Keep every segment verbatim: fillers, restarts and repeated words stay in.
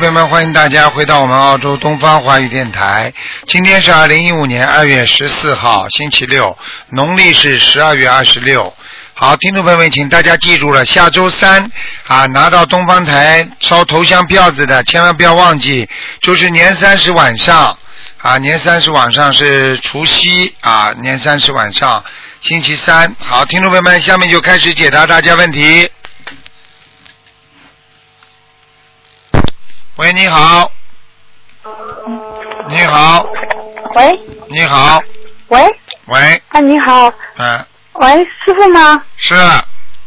友们，欢迎大家回到我们澳洲东方华语电台。今天是二零一五年二月十四号，星期六，农历是十二月二十六。好，听众朋友们，请大家记住了，下周三啊，拿到东方台烧头香票子的，千万不要忘记，就是年三十晚上啊，年三十晚上是除夕啊，年三十晚上星期三。好，听众朋友们，下面就开始解答大家问题。喂，你好。你好。 喂。 你好。 喂。 喂。 啊，你好。 嗯。 喂，师傅吗？ 是。 哦，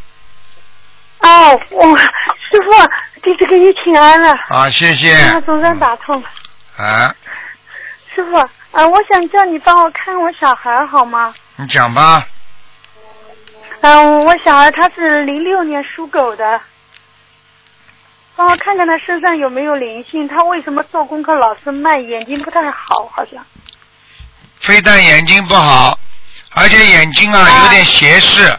我师傅，弟子给你请安了。 啊，谢谢。 啊，总算打通了。 啊。 师傅，啊，我想叫你帮我看我小孩好吗？ 你讲吧。 嗯，我小孩他是零六年属狗的。帮我看看他身上有没有灵性，他为什么做功课老是慢，眼睛不太好，好像。 非但眼睛不好，而且眼睛啊、啊有点斜视。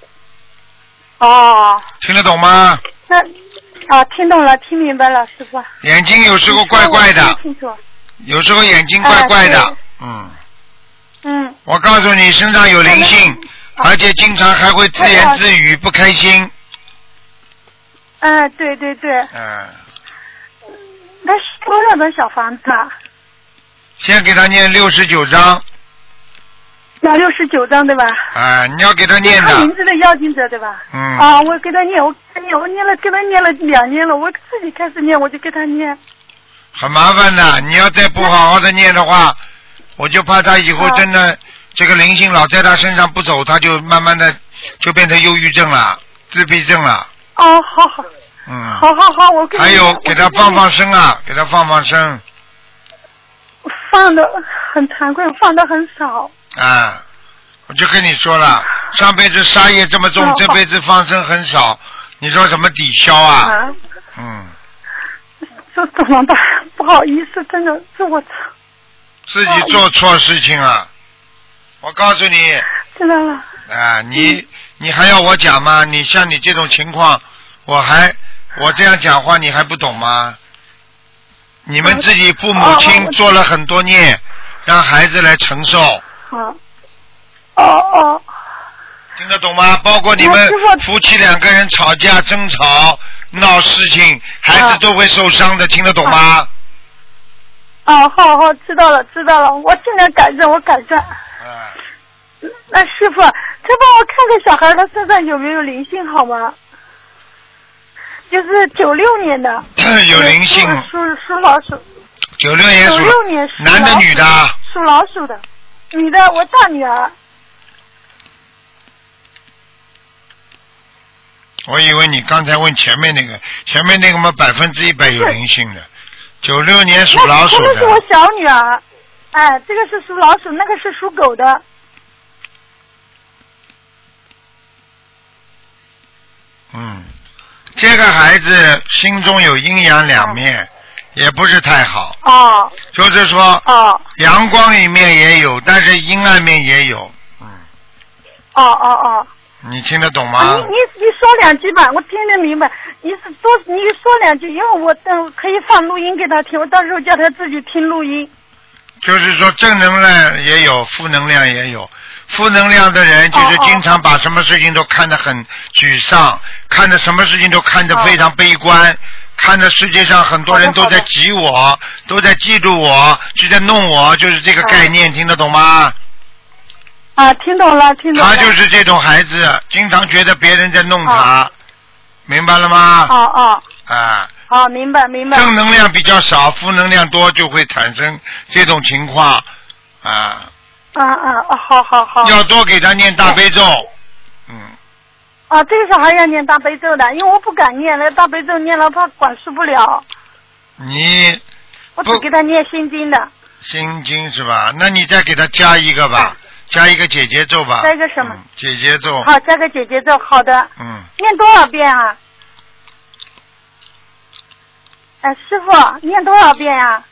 哦。 听得懂吗？ 那啊，听懂了，听明白了，师傅。 眼睛有时候怪怪的。 清楚。 有时候眼睛怪怪的。 啊、 嗯。 嗯。 我告诉你，身上有灵性，而且经常还会自言自语，不开心。 嗯、呃，对对对。 嗯。 他是多少张小房子啊？ 先给他念六十九章。 要六十九章对吧？ 啊，你要给他念的。 他名字的要经者对吧？ 嗯。 啊，我给他念，我给他念，我念了，给他念了两年了，我自己开始念，我就给他念。 很麻烦的，你要再不好好的念的话，我就怕他以后真的、啊、这个灵性老在他身上不走，他就慢慢的就变成忧郁症了，自闭症了。 哦，好好。 嗯。 好好好，我给你。 还有给他放放生啊，给他放放生。 放的很惭愧，放的很少。 啊，我就跟你说了，上辈子杀业这么重， 哦、 这辈子放生很少，你说怎么抵消啊？啊嗯。 这怎么办？不好意思，真的是我自己做错事情啊！我告诉你。 知道了。 啊，你、嗯、你还要我讲吗？你像你这种情况，我还我这样讲话你还不懂吗？你们自己父母亲做了很多孽，让孩子来承受。 好。哦哦。 听得懂吗？包括你们夫妻两个人吵架争吵闹事情，孩子都会受伤的，听得懂吗？ 哦，好好，知道了知道了，我尽量改正，我改正。 啊。 那师傅，再帮我看看小孩他身上有没有灵性好吗？就是九六年的。 有灵性。 属属老鼠。 九六年属。 九六年属男的女的？ 属老鼠的，女的，我大女儿。 我以为你刚才问前面那个，前面那个嘛百分之一百有灵性的，九六年属老鼠的。 那是我小女儿，哎，这个是属老鼠，那个是属狗的。 嗯，这个孩子心中有阴阳两面，哦、也不是太好。 哦。 就是说， 哦， 阳光一面也有，但是阴暗面也有。嗯。 哦哦哦。 你听得懂吗？ 啊、你你你说两句吧，我听得明白。你是多你说两句，因为我等可以放录音给他听，我到时候叫他自己听录音。 就是说，正能量也有，负能量也有。负能量的人就是经常把什么事情都看得很沮丧，哦哦看着什么事情都看得非常悲观，哦、看着世界上很多人都在挤我，都在嫉妒我，就在弄我，就是这个概念，哦、听得懂吗？ 啊，听懂了，听懂了。 他就是这种孩子，经常觉得别人在弄他，哦、明白了吗？ 哦哦。 啊。 好，明白明白。 正能量比较少，负能量多，就会产生这种情况，啊。 啊啊哦，好好好。 要多给他念大悲咒。嗯。 啊，这个小孩要念大悲咒的，因为我不敢念了，大悲咒念了怕管束不了。 你。 我只给他念心经的。 心经是吧？那你再给他加一个吧。啊加一个姐姐咒吧。 加一个什么？ 嗯、姐姐咒。 好，加个姐姐咒，好的。 嗯。 念多少遍啊？哎，师傅，念多少遍呀？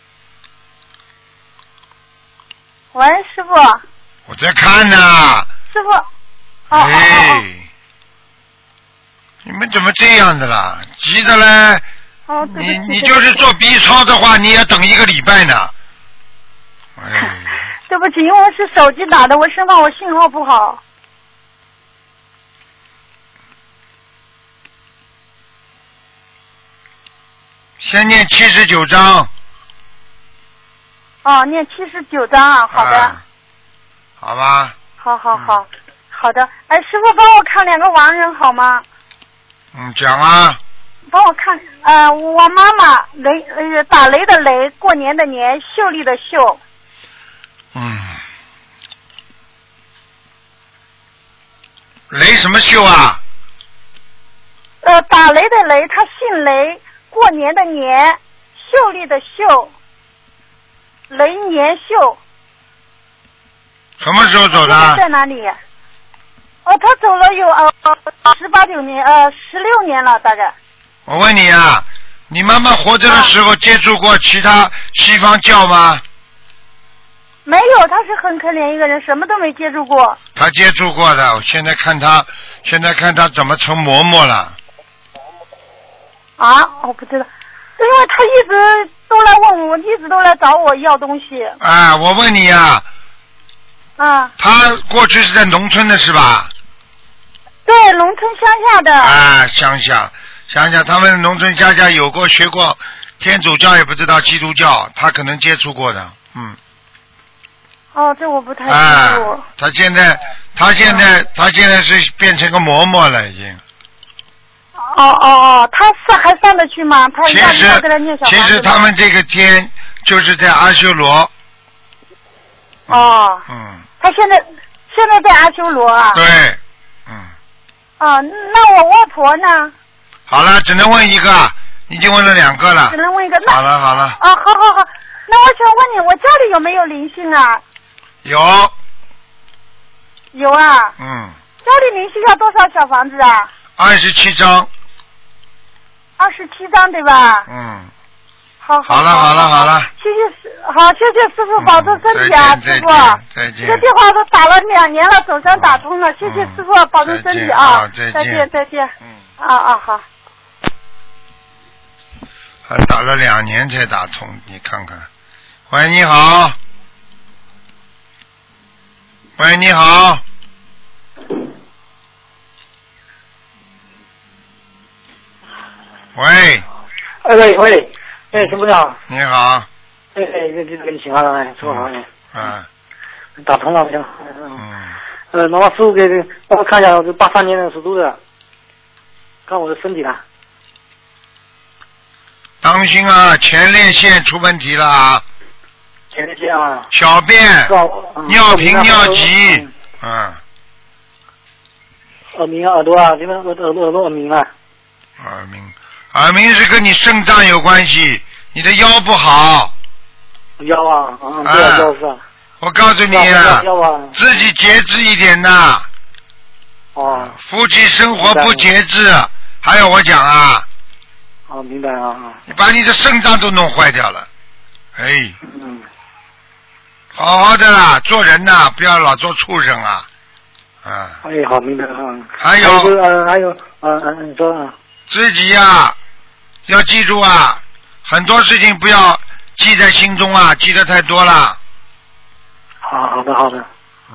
喂，师傅。 我在看呢。 师傅。哦哎。 哦哦你们怎么这样子啦？急的嘞， 哦，对不起你你就是做 B 超的话，你也等一个礼拜呢。哎。 对不起，因为我是手机打的，我生怕我信号不好。 先念七十九章。 哦，念七十九章啊，好的。 啊、好吧。 好好好，嗯、好的。哎，师傅帮我看两个亡人好吗？ 嗯，讲啊。 帮我看，呃，我妈妈雷呃打雷的雷，过年的年，秀丽的秀。 嗯。雷什么秀啊？ 呃，打雷的雷，他姓雷，过年的年，秀丽的秀，雷年秀。 什么时候走的？ 在哪里？哦，他走了有呃十八九年，呃十六年了大概。 我问你啊，你妈妈活着的时候接触过其他西方教吗？ 没有，他是很可怜一个人，什么都没接触过。 他接触过的，我现在看他，现在看他怎么成嬷嬷了。 啊，我不知道，因为他一直都来问我，一直都来找我要东西。 啊，我问你呀、 啊。啊。 他过去是在农村的是吧？ 对，农村乡下的。 啊，乡下，乡下，他们农村乡下有过学过天主教，也不知道基督教，他可能接触过的，嗯。 哦，这我不太清楚。 啊，他现在，他现在，啊、他现在是变成个嬷嬷了，已经。 哦哦哦，他上还上得去吗？他其实要给他念小房子。 其实他们这个天就是在阿修罗。 哦。 嗯。 他现在现在在阿修罗啊。 对。嗯。 哦，那我外婆呢？ 好了，只能问一个，已经问了两个了。 只能问一个。那好了好了。 啊，好好好，那我想问你，我家里有没有灵性啊？ 有。 有啊。 嗯。 家里灵性要多少小房子啊？ 二十七张。 二十七张对吧？ 嗯。 好。 好了好了好了。 谢谢师，好谢谢师傅，保重身体啊，师傅。 再见。 这电话都打了两年了，总算打通了，谢谢师傅，保重身体啊。 再见。 再见再见。 嗯。 啊啊好。 还打了两年才打通，你看看。喂，你好。喂，你好。喂。 哎喂喂，哎师傅你好。 你好。 哎哎，这这给你请好了，哎，师傅好哎。 嗯。 打通了，行。 嗯。 呃，麻烦师傅给帮我看一下，我是八三年的属猪的，看我的身体了。 当心啊，前列腺出问题了啊！ 前列腺啊。 小便、 嗯、 尿频、尿急，嗯。 耳鸣、耳朵啊，这边耳朵耳朵耳鸣啊。 耳鸣，耳鸣是跟你肾脏有关系，你的腰不好。 腰啊，嗯，对啊，腰是啊。 我告诉你啊，自己节制一点呐。 哦。 夫妻生活不节制，还要我讲啊？ 哦，明白啊。 你把你的肾脏都弄坏掉了，哎。 嗯。 好好的啦，做人呐，不要老做畜生啊。啊。 哎，好，明白啊。 还有。 还有，呃，还有，呃，呃，你说啊。 自己呀、啊，要记住啊，很多事情不要记在心中啊，记得太多了。 好好的好的。 嗯。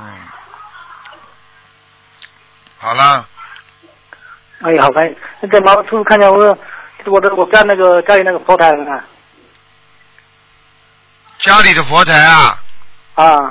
好了。 哎，好的，那个麻烦师傅看见我我的我家那个家里那个佛台啊。 家里的佛台啊。 啊。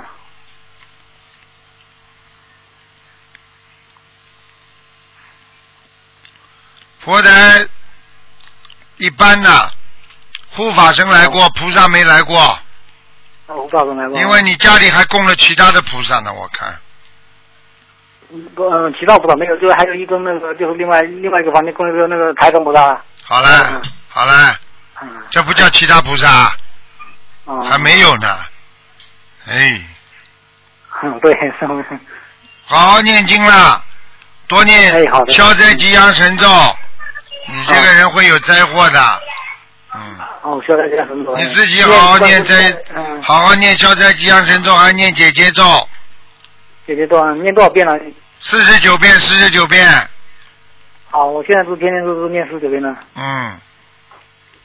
佛台一般的，护法神来过，菩萨没来过。 护法神来过。 因为你家里还供了其他的菩萨呢，我看。 不，嗯，其他菩萨没有，就还有一尊那个，就是另外另外一个房间供了一个那个台灯菩萨。 好嘞，嗯、好嘞，嗯、这不叫其他菩萨，嗯、还没有呢。哎。 嗯，对，是不是？ 好好念经了，多念消灾吉祥神咒。你这个人会有灾祸的，嗯。 哦，消灾吉祥神咒。 你自己好好念灾，嗯、好好念消灾吉祥神咒，还念解结咒。 解结咒啊，念多少遍了？ 四十九遍，四十九遍。 好，我现在是天天都是念四十九遍了。 嗯。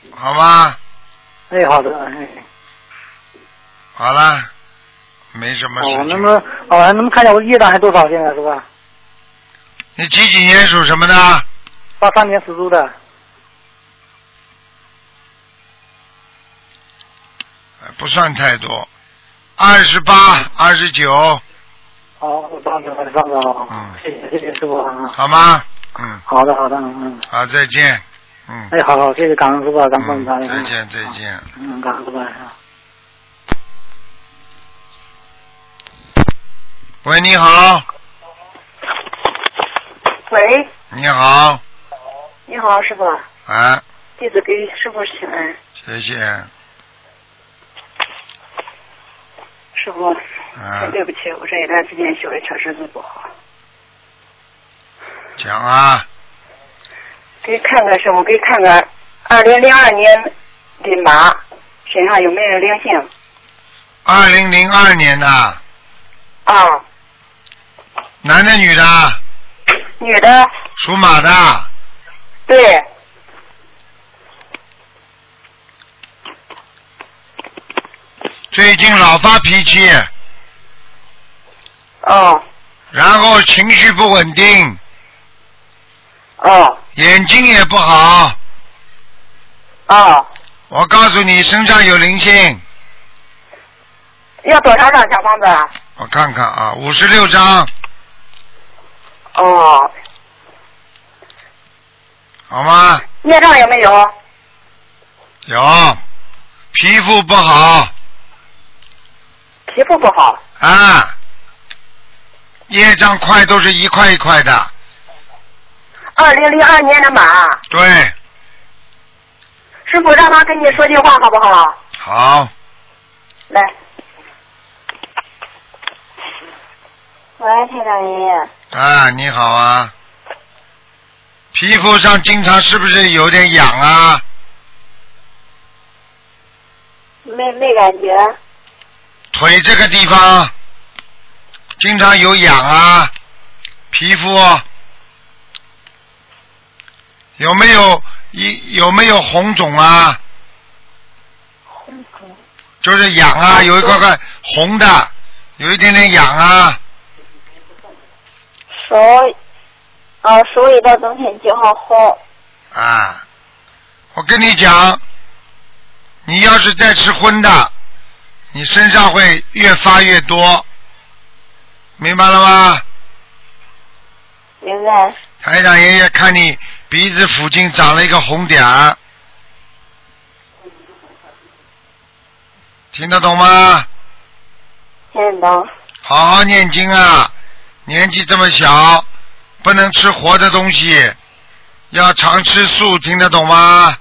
好吧？ 哎，好的，哎。 好了，没什么事情。 哦，能不能哦，能不能看一下我业障还多少现在是吧？ 你几几年属什么的？ 八三年属猪的。 不算太多，二十八、二十九。 好，我帮你，我帮你。嗯，谢谢谢谢师傅啊。 好吗？嗯。 好的好的嗯。 好，再见。嗯。 哎，好好，谢谢感恩师傅，感恩感恩。 再见再见。 嗯，感恩师傅。 喂，你好。 喂。 你好。 你好，师傅。 啊。 弟子给师傅请安。 谢谢。 师傅， 啊、 对不起，我这一段时间修的确实是不好。 讲啊。 给看看师傅，给看看二零零二年的马身上有没有灵性？ 二零零二年的。 啊。 男的女的？ 女的。 属马的。 对。 最近老发脾气。 哦。 然后情绪不稳定。 哦。 眼睛也不好。 哦。 我告诉你，身上有灵性。 要多少张小房子啊？ 我看看啊，五十六张。 哦。 好吗？ 业障有没有？ 有。皮肤不好。 皮肤不好啊，业障块都是一块一块的。 二零零二年的马。 对。 师傅，让他跟你说句话好不好？ 好。 来。喂，台长爷爷。 啊，你好啊。皮肤上经常是不是有点痒啊？ 没没感觉。 腿这个地方经常有痒啊，皮肤有没有一有没有红肿啊？ 红肿。 就是痒啊，有一块块红的，有一点点痒啊。 手，哦，手里的东西就好红。 啊，我跟你讲，你要是再吃荤的，你身上会越发越多，明白了吗？ 明白。 台长爷爷看你鼻子附近长了一个红点儿，听得懂吗？ 听得懂。 好好念经啊，年纪这么小，不能吃活的东西，要常吃素，听得懂吗？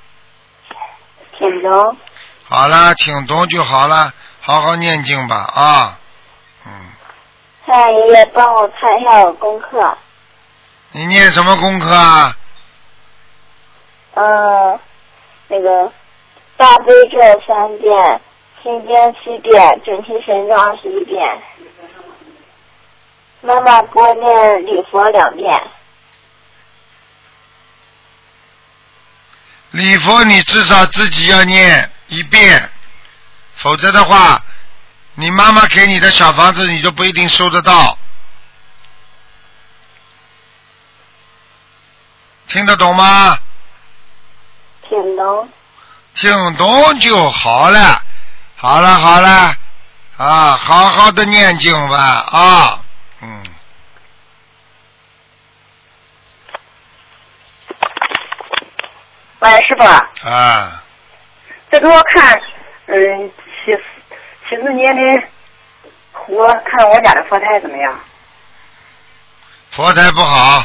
听懂。 好了，听懂就好了，好好念经吧啊。嗯。 太爷爷帮我看一下我功课。 你念什么功课啊？ 嗯，那个大悲咒三遍，心经七遍，准提神咒二十一遍。妈妈给我念礼佛两遍。 礼佛你至少自己要念一遍，否则的话，你妈妈给你的小房子你都不一定收得到。听得懂吗？ 听懂。 听懂就好了，好了好了，啊，好好的念经吧啊，嗯。 喂，师傅。 啊。 再给我看，嗯，七七四年的虎，看我家的佛台怎么样？ 佛台不好。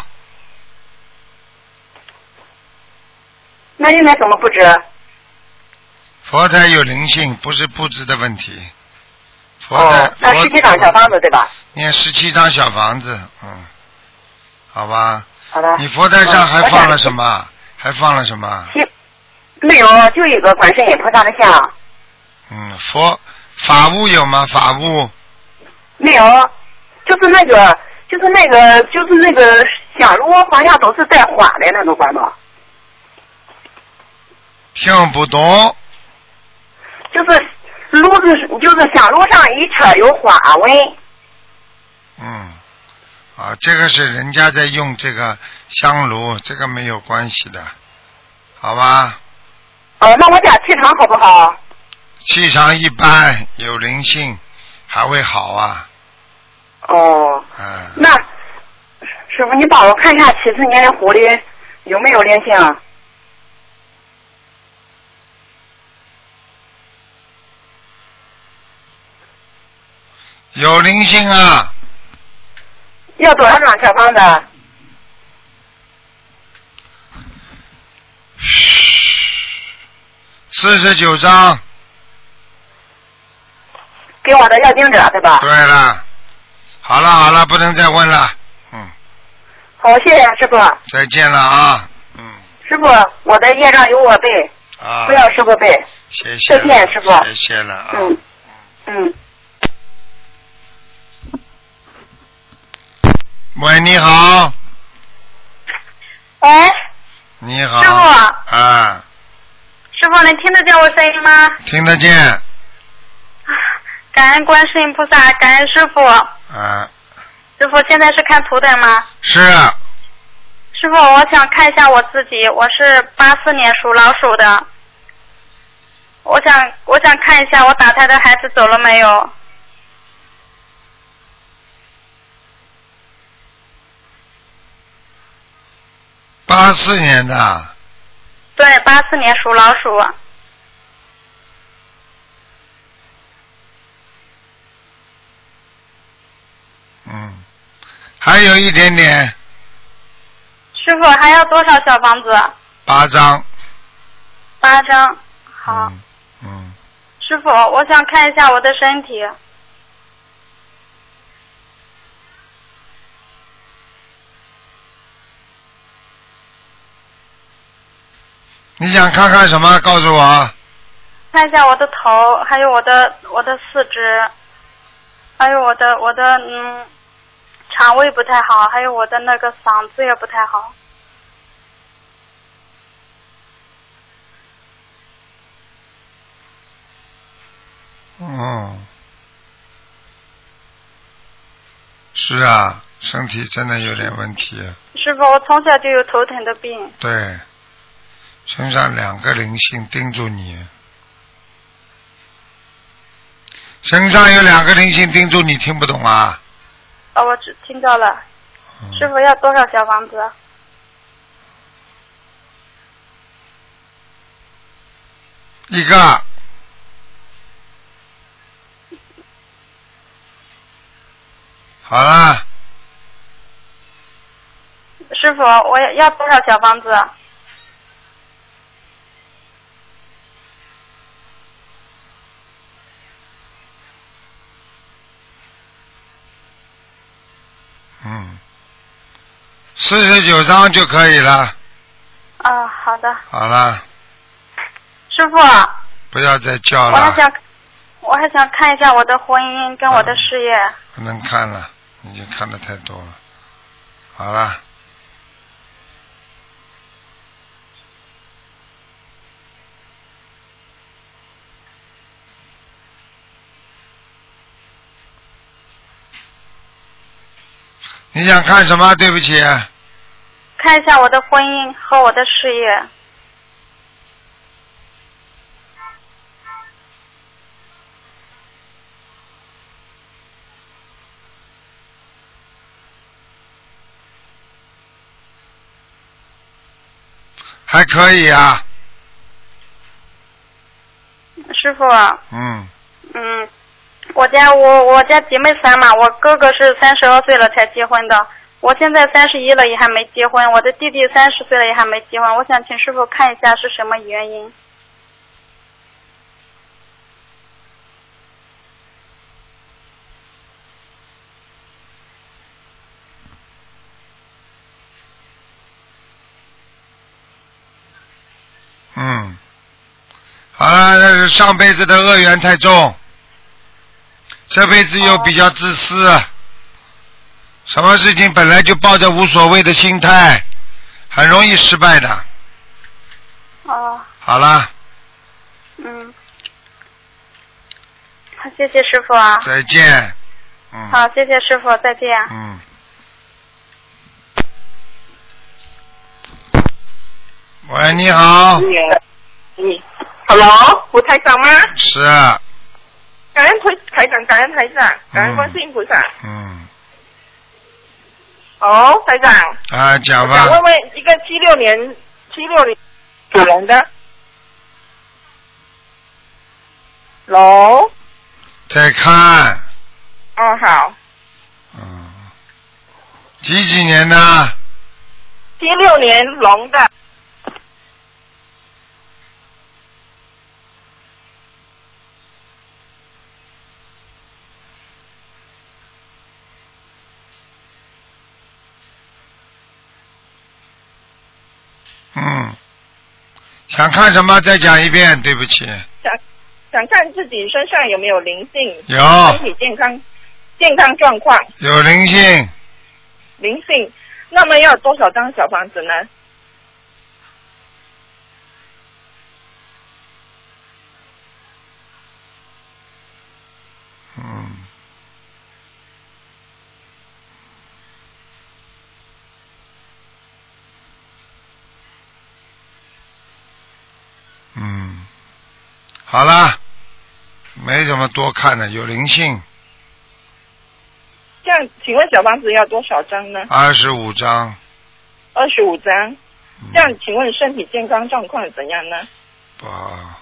那应该怎么布置？ 佛台有灵性，不是布置的问题。佛台。 哦，那十七张小房子对吧？ 念十七张小房子，嗯，好吧。 好的。 你佛台上还放了什么？还放了什么？ 没有，就一个观世音菩萨的像。 嗯，佛法物有吗？法物？ 没有，就是那个，就是那个，就是那个香炉，好像都是带花的那种，管吗？ 听不懂。 就是炉子，就是香炉上一车有花纹。 嗯，啊，这个是人家在用这个香炉，这个没有关系的，好吧？ 哦，那我家气场好不好？ 气场一般，有灵性，还会好啊。 哦。 嗯。 那师傅，你帮我看一下七四年的狐狸有没有灵性？ 有灵性啊。 要多少张小房子？ 四十九张。 给我的要经者对吧？ 对了，好了好了，不能再问了。嗯。 好，谢谢师傅。 再见了啊。嗯。 师傅，我的业障由我背， 啊。 不要师傅背。 谢谢。 再见，师傅。 谢谢了啊。 嗯。嗯。 喂，你好。 喂。 你好。 师傅。 啊。 师傅，能听得见我声音吗？ 听得见。 感恩观世音菩萨，感恩师傅。 啊。 师傅，现在是看图腾吗？ 是。 师傅，我想看一下我自己，我是八四年属老鼠的。我想，我想看一下我打胎的孩子走了没有？ 八四年的。 对，八四年属老鼠。 嗯，还有一点点。 师傅，还要多少小房子？ 八张。 八张，好。 嗯。嗯师傅，我想看一下我的身体。 你想看看什么？告诉我。 看一下我的头，还有我的我的四肢，还有我的我的嗯肠胃不太好，还有我的那个嗓子也不太好。 嗯。是啊，身体真的有点问题。 师傅，我从小就有头疼的病。 对。身上两个灵性盯住你，身上有两个灵性盯住你，听不懂啊？ 哦，我只听到了。 嗯、 师傅要多少小房子？ 一个。好了。 师傅，我要多少小房子？ 嗯，四十九张就可以了。 啊，好的。 好了。 师傅。 不要再叫了。 我还想，我还想看一下我的婚姻跟我的事业。嗯、 不能看了，已经看的太多了。好了。你想看什么？对不起。 看一下我的婚姻和我的事业。 还可以啊。 师傅。 嗯。 嗯。我家我我家姐妹三嘛，我哥哥是三十二岁了才结婚的，我现在三十一了也还没结婚，我的弟弟三十岁了也还没结婚，我想请师傅看一下是什么原因。 嗯，好了，那是上辈子的恶缘太重。这辈子又比较自私，哦、什么事情本来就抱着无所谓的心态，很容易失败的。 哦。 好了。 嗯。好，谢谢师傅啊。 再见。嗯。 好，谢谢师傅，再见。 嗯。喂，你好。 你 ，Hello， 吴台长吗？ 是啊。 感恩台长，感恩台长，感恩观世音菩萨。 嗯。 哦，台长。 啊，讲吧。 想问问一个七六年七六年属龙的。龙。 再看。 哦，好。 嗯。几几年的？ 七六年龙的。 嗯，想看什么再讲一遍，对不起。 想想看自己身上有没有灵性， 有。 身体健康，健康状况。 有灵性。 灵性，那么要多少张小房子呢？ 嗯。嗯，好了，没什么多看的，有灵性。 这样，请问小房子要多少张呢？ 二十五张。 二十五张。这样，请问身体健康状况怎样呢？ 不好。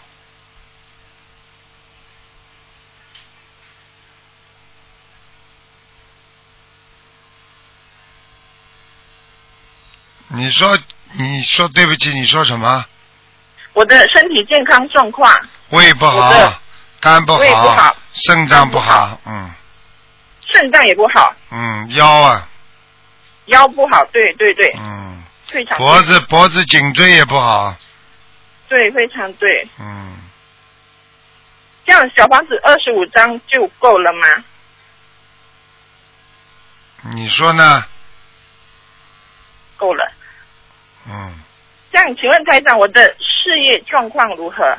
你说，你说对不起，你说什么？ 我的身体健康状况。 胃不好，肝不好， 胃不好， 肾脏不好，嗯。 肾脏也不好。 嗯，腰啊。 腰不好，对对对。 嗯。 非常对。 脖子脖子颈椎也不好。 对，非常对。 嗯。 这样小房子二十五张就够了吗？ 你说呢？ 够了。 嗯。 这样，请问台长，我的事业状况如何？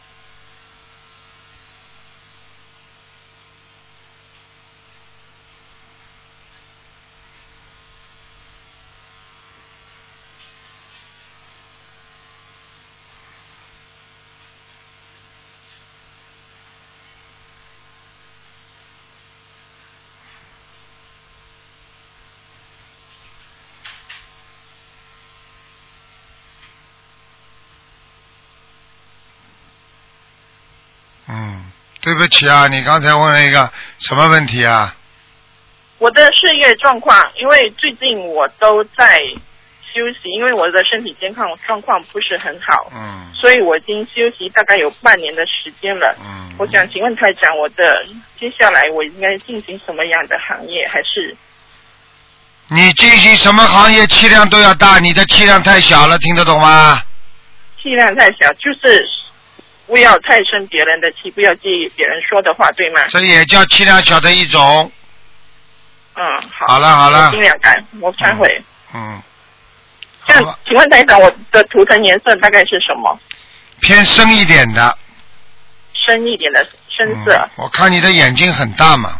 嗯，对不起啊，你刚才问了一个什么问题啊？ 我的事业状况，因为最近我都在休息，因为我的身体健康状况不是很好， 嗯， 所以我已经休息大概有半年的时间了。 嗯， 我想请问台长，我的接下来我应该进行什么样的行业？还是你进行什么行业气量都要大，你的气量太小了，听得懂吗？ 气量太小，就是不要太生别人的气，不要介意别人说的话，对吗？ 这也叫气量小的一种。 嗯，好。 好了好了。 我尽量改，我忏悔。 嗯。 这样，请问台长，我的图腾颜色大概是什么？ 偏深一点的。 深一点的深色。 嗯、我看你的眼睛很大嘛。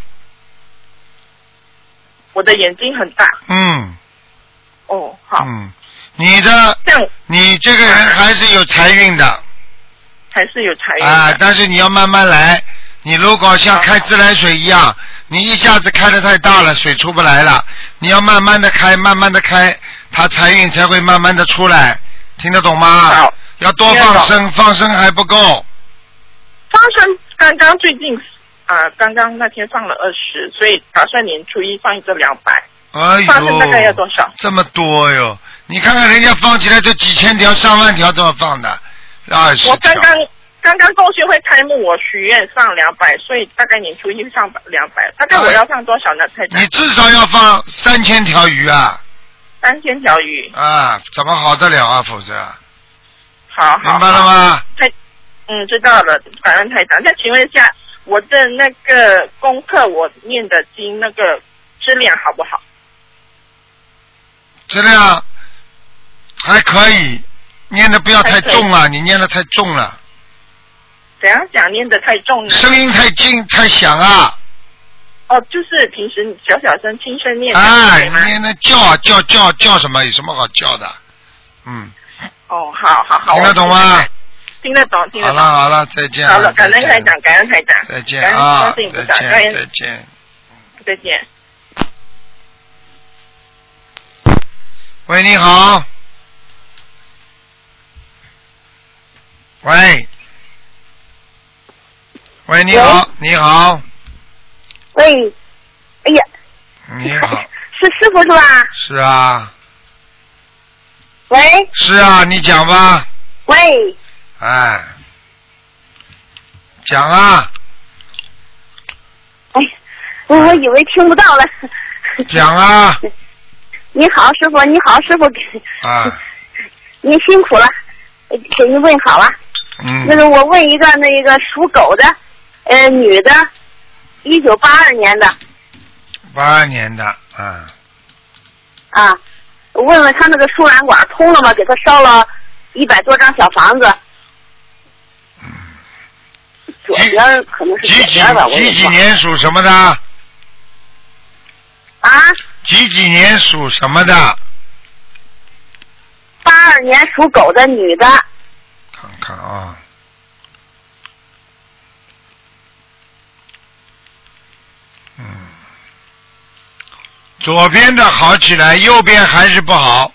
我的眼睛很大。 嗯。 哦，好。 嗯，你的， 这样， 你这个人还是有财运的。 还是有财运的。 啊，但是你要慢慢来。你如果像开自来水一样，你一下子开得太大了，水出不来了。你要慢慢的开，慢慢的开，它财运才会慢慢的出来。听得懂吗？ 好。 要多放生，放生还不够。 放生刚刚最近啊、呃，刚刚那天放了二十，所以打算年初一放一个两百。 哎呦， 放生大概要多少？ 这么多哟！你看看人家放起来就几千条、上万条这么放的，二十条。 我刚刚刚刚共学会开幕，我许愿放两百，所以大概年初一上两百，大概我要放多少呢？台长？ 你至少要放三千条鱼啊！ 三千条鱼啊，怎么好得了啊？否则。 好好。 明白了吗？ 太，嗯，知道了，感恩台长。那请问一下，我的那个功课，我念的经那个质量好不好？ 质量还可以， 念的不要太重啊，你念的太重了。 怎样讲念的太重呢？ 声音太近太响啊。 哦，就是平时小小声轻声念。 哎，念的叫啊叫叫叫什么？有什么好叫的？嗯。 哦，好好好。 听得懂吗？ 听得懂，听得懂。 好了好了，再见。 好了，感恩台长，感恩台长。 再见啊！再见再见。 再见。 喂，你好。喂。喂，你好，你好。 喂，哎呀。 你好。 是师傅是吧？ 是啊。 喂。 是啊，你讲吧。 喂。 哎。讲啊。 哎，我以为听不到了。 讲啊。 你好，师傅，你好，师傅。 啊。 您辛苦了，给您问好啊。 嗯。 那个，我问一个那个属狗的，呃，女的，一九八二年的。 八二年的，啊。 啊，我问问他那个输卵管通了吗？给他烧了一百多张小房子。 嗯。 左边可能是左边吧，我几几年属什么的？ 啊？ 几几年属什么的？ 八二年属狗的女的。 看看啊。嗯。左边的好起来，右边还是不好。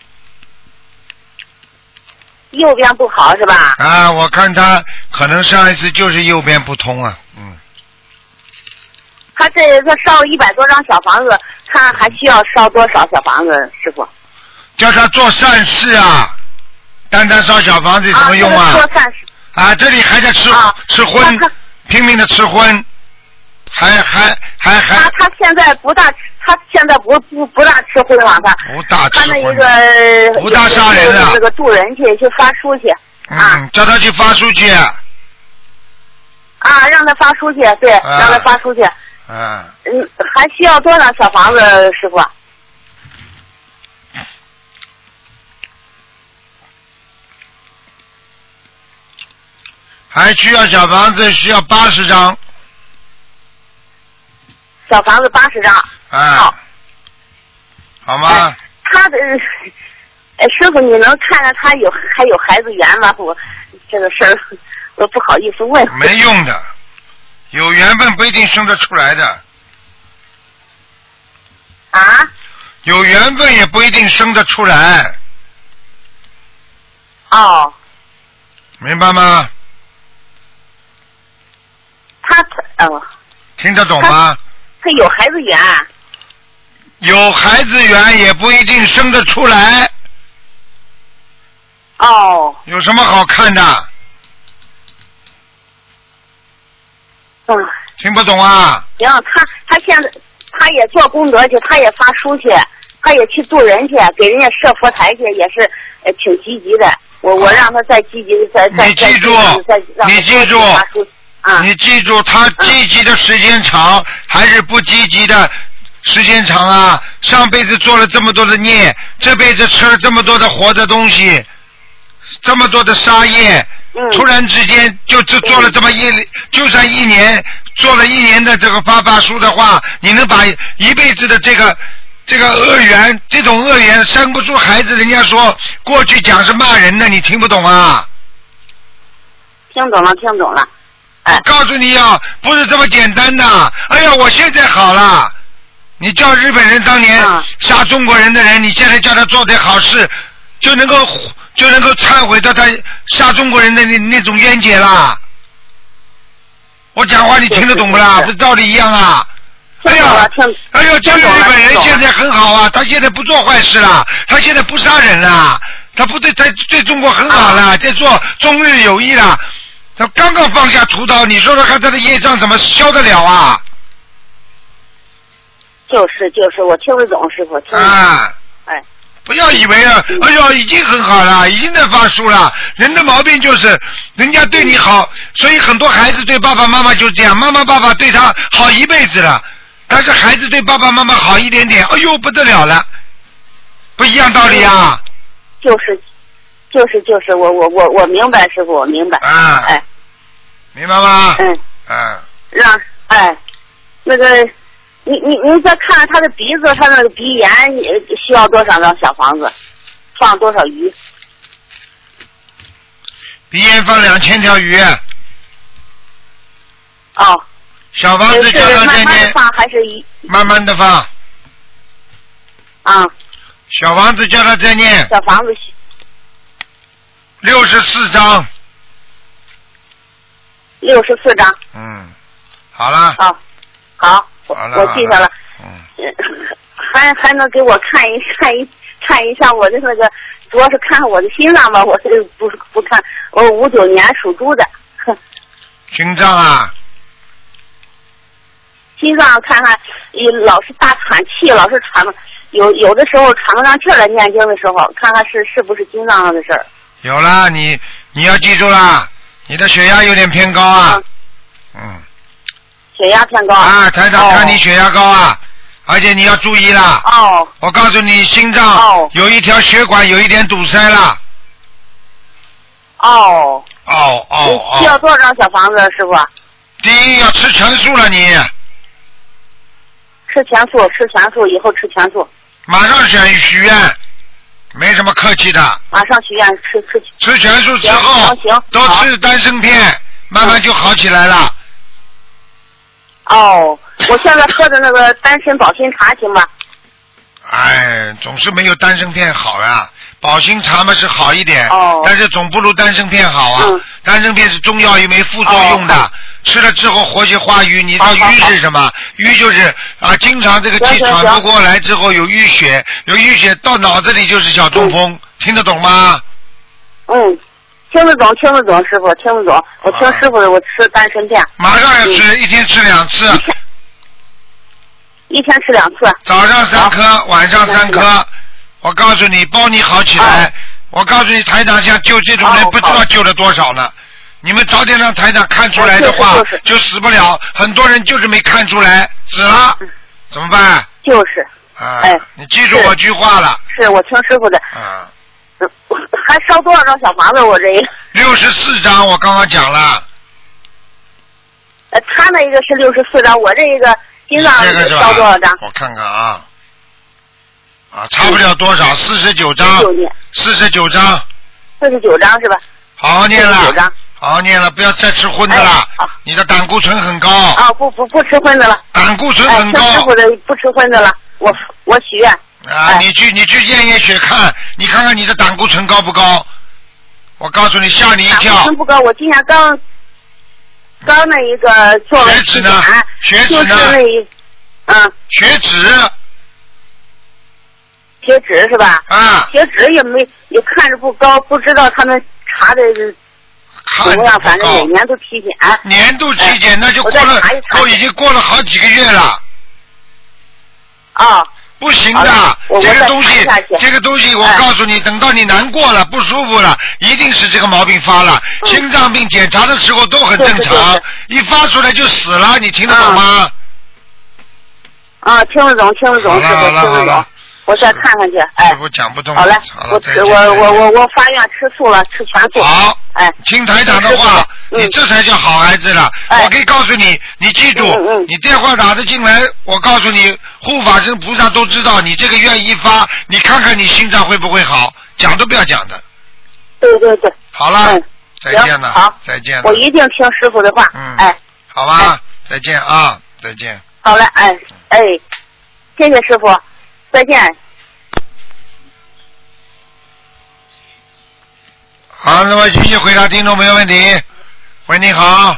右边不好是吧？ 啊，我看他可能上一次就是右边不通啊，嗯。 他这他烧了一百多张小房子，他还需要烧多少小房子，师傅？ 叫他做善事啊，单单烧小房子有什么用啊？ 做善事。 啊，这里还在吃、啊、吃荤，拼命的吃荤，还还还还。 他他现在不大，他现在不不不大吃荤了，他。 不大吃荤。 他那一个不大杀人啊。 这个渡人去去发书去。啊、 嗯，叫他去发书去。 啊，让他发书去，对，啊、让他发书去。 嗯。 嗯，还需要多少小房子，师傅？ 还需要小房子，需要八十张。 小房子八十张。 啊。好。好吗？ 哎、他的，哎，师傅，你能看看他有还有孩子缘吗？我这个事儿，我不好意思问。 没用的，有缘分不一定生得出来的。 啊？ 有缘分也不一定生得出来。 哦。 明白吗？ 他他哦。 听得懂吗？ 他, 他有孩子缘。 有孩子缘也不一定生得出来。 哦。 有什么好看的？ 嗯。 听不懂啊？ 行，他他现在他也做功德去，他也发书去，他也去渡人去，给人家设佛台去，也是呃挺积极的。我我让他再积极的再再你记住，你记住， 啊、 你记住，他积极的时间长、嗯、还是不积极的时间长啊？上辈子做了这么多的孽，这辈子吃了这么多的活的东西，这么多的杀业， 嗯、 突然之间就只做了这么一，嗯、就算一年做了一年的这个发发书的话，你能把一辈子的这个这个恶缘，这种恶缘生不出孩子，人家说过去讲是骂人的，你听不懂啊？ 听懂了，听懂了。 我告诉你啊，不是这么简单的。哎呀，我现在好了。你叫日本人当年杀中国人的人，你现在叫他做点好事，就能够就能够忏悔到他杀中国人的那那种冤结啦。我讲话你听得懂不啦？不是道理一样啊。哎呀，哎呀，这个日本人现在很好啊，他现在不做坏事了，他现在不杀人了，他不对，他对中国很好了，在做中日友谊了。他刚刚放下屠刀，你说说看，他的业障怎么消得了啊？ 就是就是，我听得懂，师傅听得懂。 啊， 哎， 不要以为啊，哎呦，已经很好了，已经在发书了。人的毛病就是人家对你好，所以很多孩子对爸爸妈妈就这样，妈妈爸爸对他好一辈子了，但是孩子对爸爸妈妈好一点点，哎呦不得了了，不一样道理啊。 就是就是就是我我我我明白，师傅我明白。 啊。 哎。 明白吗？ 嗯。 嗯。 让哎，那个，你你你再看看他的鼻子，他那个鼻炎需要多少张小房子，放多少鱼？ 鼻炎放两千条鱼。 哦。 小房子叫他慢慢的放还是一？ 慢慢的放。 啊。 小房子叫他再念。 小房子。 六十四张。 六十四张。 嗯，好了。 好，好，我好了我记下了。 嗯。 还还能给我看一看一看一下我的那个，主要是看我的心脏吧，我是不不看，我五九年属猪的。 心脏啊。 心脏看看，老是大喘气，老是喘，有有的时候喘不上气来，念经的时候，看看是是不是心脏上的事儿。 有了，你你要记住了，你的血压有点偏高啊。嗯。嗯血压偏高。 啊，台长看你血压高啊，哦、而且你要注意了。 哦。 我告诉你，心脏有一条血管有一点堵塞了。 哦。 哦哦哦。 需要多少张小房子，师傅？ 第一要吃全素了你。 吃全素，吃全素，以后吃全素。 马上选许愿，没什么客气的。 马上许愿，吃吃。 吃全素之后， 行行都吃丹参片，慢慢就好起来了。 哦，我现在喝的那个丹参保心茶行吧？ 哎，总是没有丹参片好呀。保心茶嘛是好一点， 哦、 但是总不如丹参片好啊。 嗯、 丹参片是中药，又没副作用的。哦、吃了之后活血化瘀，你知道瘀是什么？瘀就是啊，经常这个气喘不过来之后有淤血，有淤血到脑子里就是小中风，嗯、听得懂吗？ 嗯，听得懂，听得懂，师傅听得懂。我听师傅的，我吃丹参片。 马上要吃，嗯、一天吃两次。 一天吃两次。 早上三颗，晚上三颗。我告诉你，包你好起来。哦、我告诉你，台长像救这种人，不知道救了多少呢。哦、你们早点让台长看出来的话， 就是就是、 就死不了。很多人就是没看出来，死了，嗯、怎么办？ 就是。 啊， 哎， 你记住我句话了。 是, 是我听师傅的。 啊。 还烧多少张小房子？我这六十四张，我刚刚讲了。 呃，他那一个是六十四张，我这一个心脏烧多少张？ 我看看啊。啊，差不了多少，四十九章，四十九章， 四十九章是吧？ 好好念了，好好念了，不要再吃荤的了。哎、你的胆固醇很高。 啊，不不不吃荤的了。 胆固醇很高。 哎、师傅的不吃荤的了，我我许愿。 啊，哎、你去你去验验血看，你看看你的胆固醇高不高？我告诉你，吓你一跳。 胆固醇不高，我今天刚刚那一个做了体检， 血脂呢？ 就是那一，嗯。 血脂。 血脂是吧？ 啊， 血脂也没也看着不高，不知道他们查的怎么样，反正每年都体检。 年度体检、哎、那就过了，都已经过了好几个月了。 啊， 不行的，这个东西，这个东西，我告诉你，哎、等到你难过了、不舒服了，一定是这个毛病发了。嗯、心脏病检查的时候都很正常，是是是一发出来就死了，你听得懂吗？ 啊，啊听得懂，听得懂，师傅听得懂。我再看看去，哎， 我讲不动。 好嘞，我我我我我发愿吃素了，吃全素。 好， 哎， 听台长的话，你这才叫好孩子了。我可以告诉你，你记住，你电话打得进来，我告诉你，护法神菩萨都知道，你这个愿一发，你看看你心脏会不会好，讲都不要讲的。 对对对。 好了，再见了， 好， 再见了。 我一定听师傅的话。 嗯， 哎， 好吧，再见啊，再见。 好嘞，哎哎，谢谢师傅。再见。 好，那么继续回答听众没有问题。喂，你好。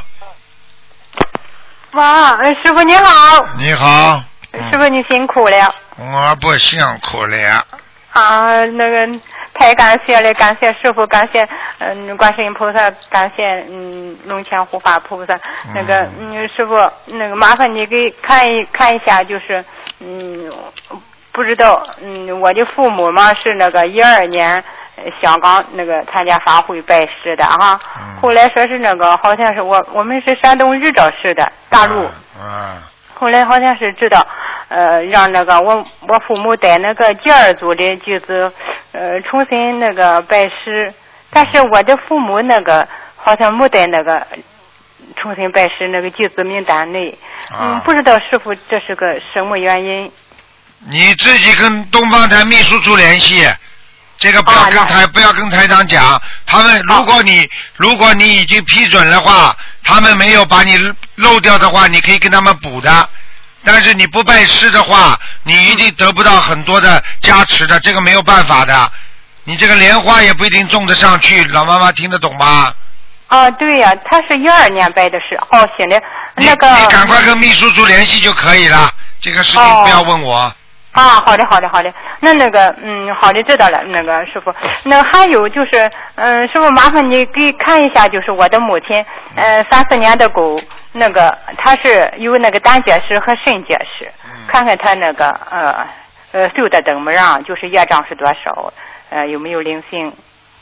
哇，师傅你好。 你好。 师傅你辛苦了。 我不辛苦了。 啊，那个太感谢了，感谢师傅，感谢嗯观世音菩萨，感谢嗯龙泉护法菩萨。那个嗯师傅，那个麻烦你给看一看一下，就是嗯。不知道，嗯，我的父母嘛是那个一二年香港那个参加法会拜师的哈，嗯、后来说是那个好像是我我们是山东日照市的大陆， 啊， 后来好像是知道，呃，让那个我我父母带那个第二组的弟子，呃，重新那个拜师， 但是我的父母那个好像没在那个重新拜师那个祭祀名单内， 啊、 嗯，不知道师傅这是个什么原因。 你自己跟东方台秘书处联系，这个不要跟台、啊、不要跟台长讲。他们如果你、啊、如果你已经批准的话，他们没有把你漏掉的话，你可以跟他们补的。但是你不拜师的话，你一定得不到很多的加持的，这个没有办法的。你这个莲花也不一定种得上去，老妈妈听得懂吗？ 啊，对呀、啊，他是一二年拜的师，哦，现在那个你赶快跟秘书处联系就可以了，这个事情不要问我。 哦啊，好的，好的，好的。那那个，嗯，好的，知道了。那个师傅，那还有就是，嗯，师傅麻烦你给看一下，就是我的母亲，呃，三四年的狗，那个她是有那个胆结石和肾结石，嗯、看看她那个呃呃修的怎么样，就是业障是多少，呃有没有灵性？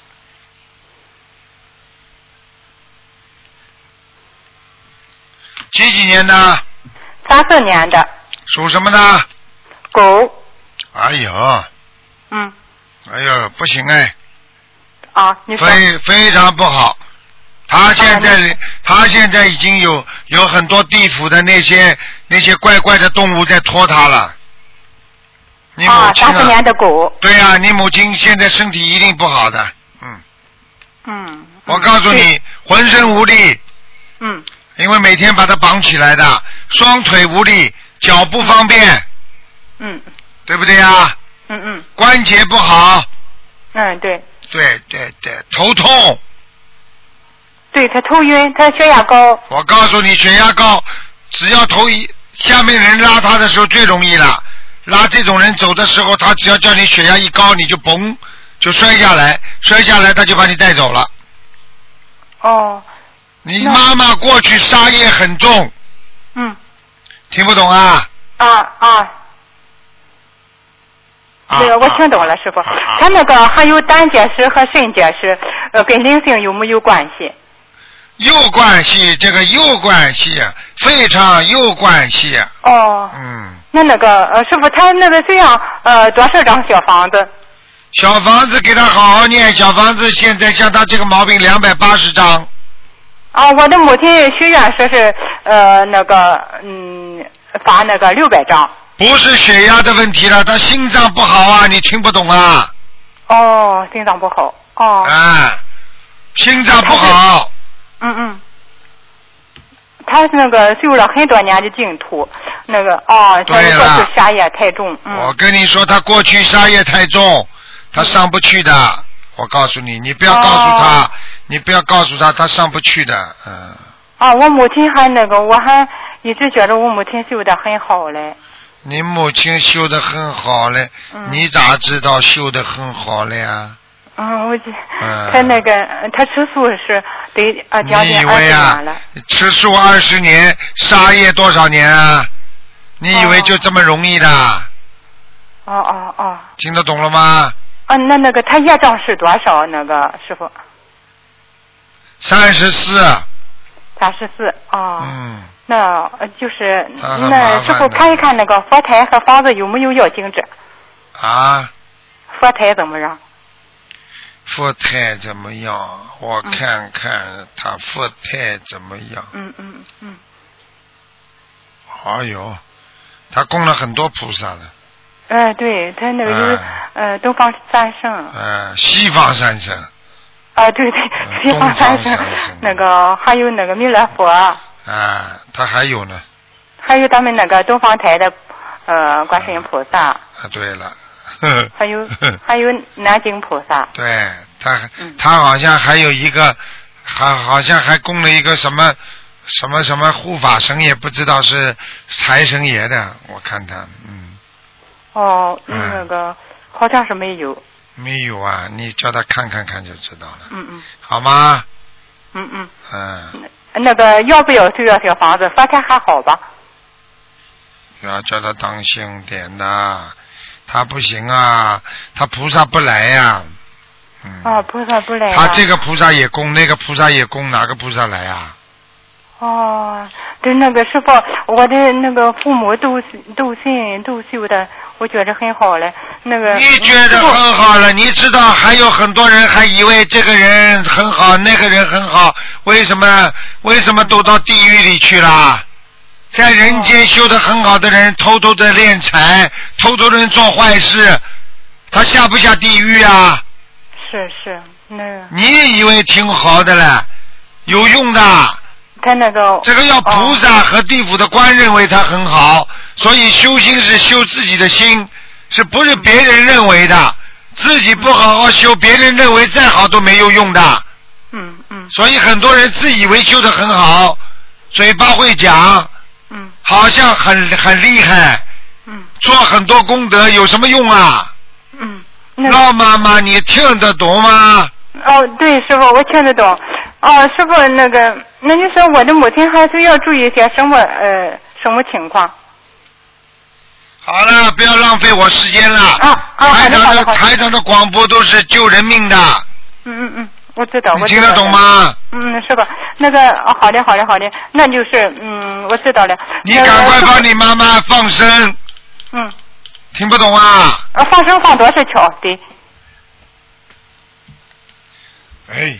几几年的？ 三四年的。 属什么的？ 狗。 哎呦。 嗯。 哎呦，不行哎。 啊，你说。 非非常不好，他现在、啊、他现在已经有有很多地府的那些那些怪怪的动物在拖他了。你母亲啊， 三十年的狗。 对呀、啊，你母亲现在身体一定不好的，嗯。 嗯。 我告诉你，浑身无力。 嗯。 因为每天把他绑起来的，双腿无力，脚不方便。 嗯。 对不对呀？ 嗯嗯。 关节不好。 嗯，对。 对对对，头痛。 对，他头晕，他血压高。 我告诉你，血压高，只要头一下面人拉他的时候最容易了。拉这种人走的时候，他只要叫你血压一高，你就嘣就摔下来，摔下来他就把你带走了。 哦。 你妈妈过去杀业很重。 嗯。 听不懂啊？ 啊啊。这个我听懂了，师傅。他那个还有胆结石和肾结石，呃，跟灵性有没有关系？ 有关系，这个有关系，非常有关系。 哦。 嗯。 那那个呃，师傅，他那个这样呃，多少张小房子？ 小房子给他好好念，小房子现在像他这个毛病两百八十张。 啊，我的母亲许愿说是呃那个嗯发那个六百张。 不是血压的问题了，他心脏不好啊，你听不懂啊？ 哦，心脏不好。哦。 啊，心脏不好。 嗯嗯。他是那个修了很多年的净土，那个哦，他过去杀业太重。嗯。 我跟你说，他过去杀业太重，他上不去的。嗯、我告诉你，你不要告诉他，哦、你不要告诉他，他上不去的。嗯。 啊，我母亲还那个，我还一直觉得我母亲修得很好嘞。 你母亲修得很好嘞，嗯、你咋知道修得很好了呀？ 嗯，我就他那个他吃素是得啊将近二十年了。 吃素二十年，杀业多少年啊？你以为就这么容易的？ 哦哦哦。 听得懂了吗？ 啊，那那个他业障是多少？那个师傅。 三十四。 三十四啊。 嗯。 那就是那师傅看一看那个佛台和房子有没有要经者？ 啊。 佛台怎么样？ 佛台怎么样？我看看他佛台怎么样。 嗯嗯嗯。 哎呦，他供了很多菩萨了。 哎、呃，对他那个有、嗯、呃东方三圣。 呃，西方三圣。 啊，对对，西方三圣，那个还有那个弥勒佛。 啊，他还有呢。 还有咱们那个东方台的呃观世音菩萨。 啊，对了。 还有还有南京菩萨。 对他，嗯、他好像还有一个，还好像还供了一个什么什么什么护法神，也不知道是财神爷的，我看他，嗯。 哦，嗯、那个好像是没有。 没有啊，你叫他看看看就知道了。 嗯嗯。 好吗？ 嗯嗯。 嗯。 那个要不要修要小房子？佛台还好吧？ 要叫他当心点呐，他不行啊，他菩萨不来呀、啊。嗯。 啊，菩萨不来、啊。 他这个菩萨也供，那个菩萨也供，哪个菩萨来啊？ 哦，对，那个师傅，我的那个父母都都信都修的，我觉得很好了。那个你觉得很好了，你知道还有很多人还以为这个人很好，那个人很好，为什么为什么都到地狱里去了？在人间修得很好的人，偷偷的敛财，偷偷的做坏事，他下不下地狱啊？ 是是，那个。 你以为挺好的了，有用的。 他那个。 这个要菩萨和地府的官认为他很好，所以修心是修自己的心，是不是别人认为的？自己不好好修，别人认为再好都没有用的。 嗯嗯。 所以很多人自以为修得很好，嘴巴会讲。 嗯， 好像很很厉害， 嗯， 做很多功德有什么用啊？ 嗯， 老妈妈，你听得懂吗？ 哦，对，师傅，我听得懂。哦，师傅，那个，那你说我的母亲还是要注意一些什么呃什么情况？ 好了，不要浪费我时间了。 啊啊， 台长的好的台长的广播都是救人命的。 嗯嗯嗯。我知道， 你听得懂吗？ 嗯，是吧？那个，哦、好的，好的，好的，那就是，嗯，我知道了。 你赶快帮你妈妈放生。 嗯。 听不懂啊？ 啊，放生放多少条？对。 哎。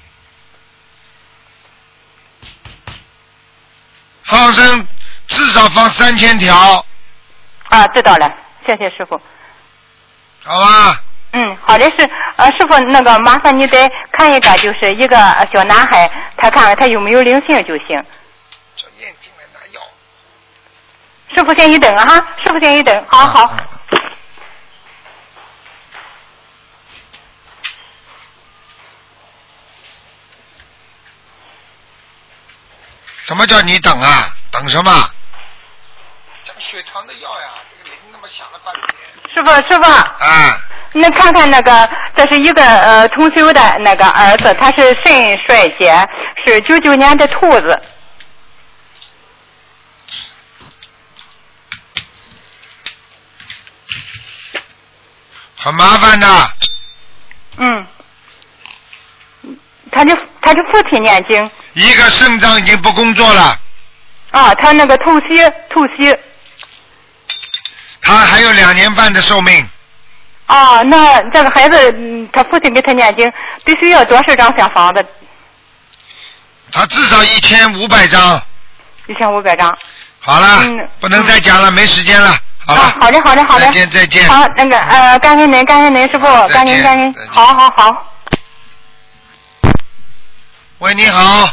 放生至少放三千条。 啊，知道了，谢谢师傅。 好吧。 嗯，好的是，呃，师傅，那个麻烦你再看一个，就是一个小男孩，他看看他有没有灵性就行。 这眼睛来拿药。 师傅先一等啊哈，师傅先一等，好好。啊啊、 什么叫你等啊？等什么？这个血糖的药呀，这个铃那么响了半天。 师傅，师傅。 啊。 那看看那个，这是一个呃同修的那个儿子，他是肾衰竭，是九九年的兔子。 很麻烦的。 嗯。他的他的父亲念经。 一个肾脏已经不工作了。 啊，他那个透析透析。 他还有两年半的寿命。 哦，那这个孩子，嗯，他父亲给他念经，必须要多少张小房子？ 他至少一千五百张。 一千五百张。 好了，嗯、不能再讲了，嗯、没时间了。好了、 啊。好的，好的，好的。 再见，再见。 好，那个呃，感谢您，感谢您师傅，感谢感谢。好好好。 喂，你好。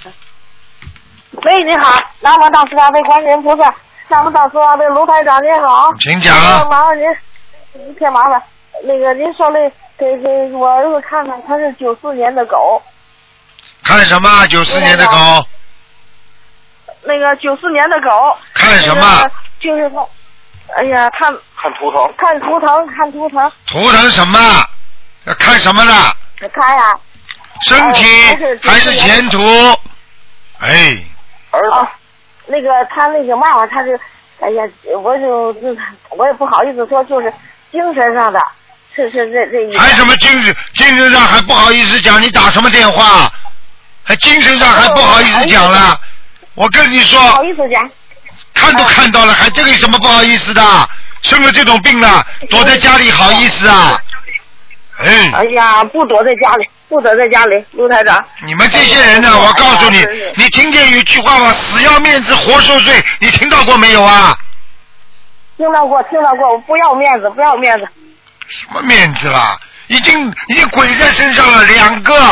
喂，你好，南无大慈大悲观世音菩萨，南无大慈大悲卢台长，您好。 请讲。 麻烦您。一片麻烦，那个您稍微给给我儿子看看，他是九四年的狗。 看什么？九四年的狗。 那个九四年的狗。 看什么？ 那个、就是说，哎呀，他看图腾。 看图腾，看图腾。 图腾什么？要看什么呢？ 看呀。 身体、呃、还是前途？哎。 儿子。啊、那个他那个妈妈，他是，哎呀，我就我也不好意思说，就是精神上的，是是这这一。 还什么精神？精神上还不好意思讲？你打什么电话？还精神上还不好意思讲了？我跟你说。 不好意思讲。 看都看到了，还这个有什么不好意思的？生了这种病了，躲在家里好意思啊？哎。 哎呀，不躲在家里。不躲在家里，卢台长。 你们这些人呢？哎、我告诉你，哎、你听见有句话吗？死要面子活受罪，你听到过没有啊？ 听到过，听到过。我不要面子，不要面子。 什么面子啦？已经已经鬼在身上了，两个。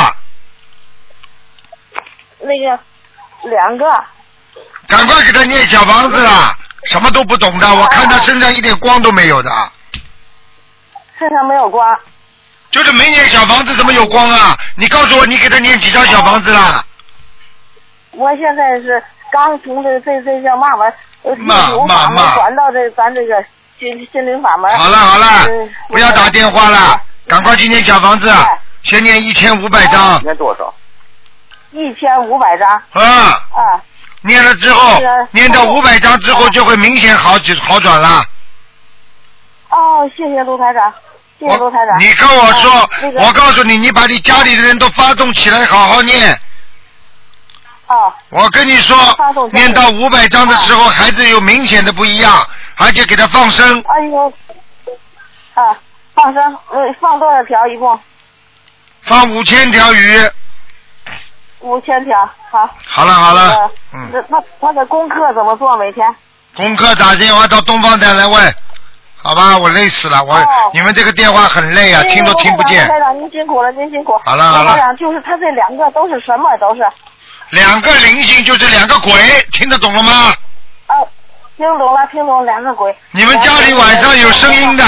那个，两个。 赶快给他念小房子啦！什么都不懂的，我看他身上一点光都没有的。 身上没有光。 就是没念小房子怎么有光啊？你告诉我，你给他念几张小房子啦？ 我现在是刚从这这这叫嘛嘛嘛嘛嘛转到这咱这个心心灵法门。 好了好了，嗯、不要打电话了，赶快去念小房子，先念一千五百张。 念多少？ 一千五百张。 啊。 啊。 念了之后，念到五百张之后就会明显好好转了。 哦，谢谢卢台长。谢谢卢台长。 你跟我说， 啊那个、 我告诉你，你把你家里的人都发动起来，好好念。 哦。 我跟你说，念到五百章的时候，孩子有明显的不一样，而且给他放生。 哎呦，啊，放生，呃，放多少条一共？ 放五千条鱼。 五千条，好。 好了好了，呃、 嗯。那他他的功课怎么做每天？ 功课打电话到东方台来问。好吧，我累死了，我、哦、你们这个电话很累啊，听都听不见。 台长，您辛苦了，您辛苦。 好了好了。 台长，就是他这两个都是什么？都是。 两个灵性就是两个鬼，听得懂了吗？ 哦，听懂了，听懂两个鬼。 你们家里晚上有声音的。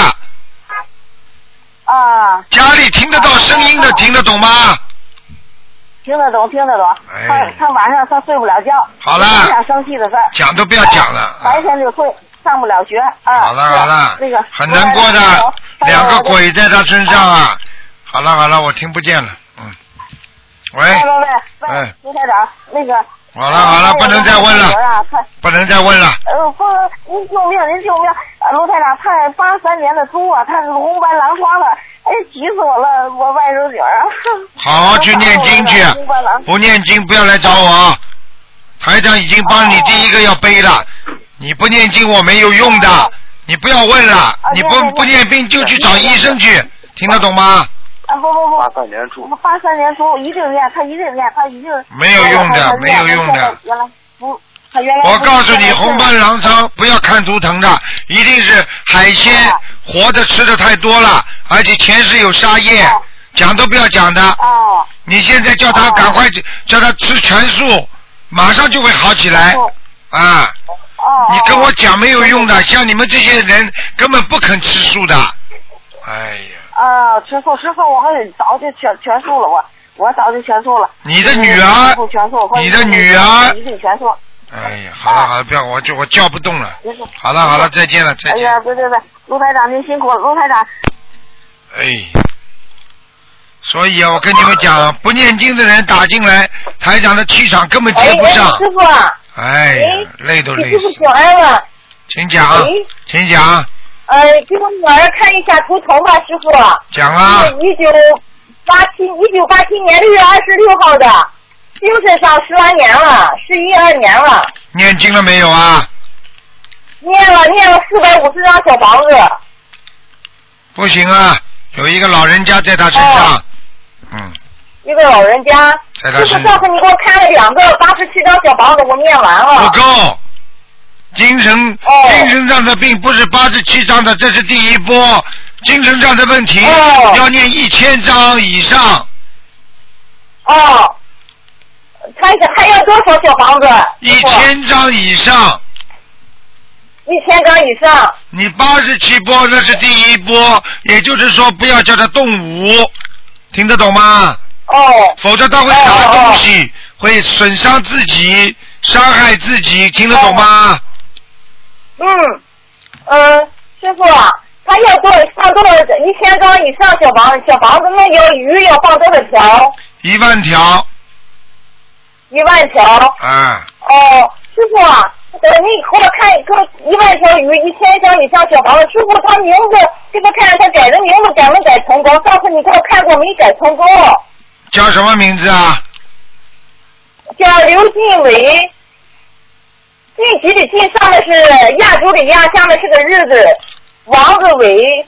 啊。 家里听得到声音的，听得懂吗？ 听得懂，听得懂。 哎、 他他晚上他睡不了觉。 好了。 不想生气的事儿。 讲都不要讲了。 白天就睡。上不了学啊！ 好了好了， 那个很难过的，两个鬼在他身上啊！好了好了，我听不见了，嗯。喂。 喂喂喂， 哎， 卢台长，那个。 好了好了，不能再问了，不能再问了。 呃，不，您救命，您救命！卢台长，他八三年的猪啊，他红斑狼疮了，哎，急死我了，我外甥女儿。 好好去念经去，不念经不要来找我。台长已经帮你第一个要背了。你不念经我没有用的，哦、你不要问了，啊、你不不念经就去找医生去，听得懂吗？ 啊不不不， 八三年猪， 八三年猪一定念，他一定念，他一定没有用的，没有用的。 原来不，他原来我告诉你，红斑狼疮不要看图腾的，一定是海鲜、啊、活的吃的太多了，而且前世有杀业，啊、讲都不要讲的。 哦、啊。 你现在叫他赶快叫他吃全素，马上就会好起来。哦、啊。 哦， 你跟我讲没有用的，像你们这些人根本不肯吃素的。哎呀。 啊，吃素吃素，我还早就全全素了，我我早就全素了。 你的女儿，你的女儿一定全素。 哎呀，好了好了，不要，我就我叫不动了。好了好了，再见了再见。 哎呀，对对对，卢台长您辛苦了，卢台长。 哎，所以啊，我跟你们讲，不念经的人打进来，台长的气场根本接不上。 哎、师傅。 哎呀，累都累死。 师傅请安了。 请讲，请讲。 呃，给我女儿看一下图腾吧，师傅。 讲啊。 一九八七一九八七年六月二十六号的，精神上十来年了，十一二年了。 念经了没有啊？ 念了，念了四百五十张小房子。 不行啊，有一个老人家在他身上。哦、嗯。 一个老人家。 在他身上。 就是上次你给我看了两个八十七张小房子，我念完了。 不够。精神、哦、精神上的病不是八十七章的，这是第一波。精神上的问题、哦、要念一千章以上。 哦，他还要多少小房子？ 一千章以上。 一千章以上。 你八十七波那是第一波，也就是说不要叫他动武，听得懂吗？ 哦。 否则他会打东西，哦、会损伤自己，伤害自己，听得懂吗？ 哦嗯，呃，师傅，他要多放多少一千张以上小房小房子，那个鱼要放多少条？ 一万条。 一万条。 啊。 哦，师傅，呃，你给我看一个一万条鱼，一千张以上小房子，师傅他名字，这个看他改的名字改没改成功？上次你给我看过没改成功？ 叫什么名字啊？ 叫刘进伟。晋级的晋上面是亚洲的亚，下面是个日子，王字伟。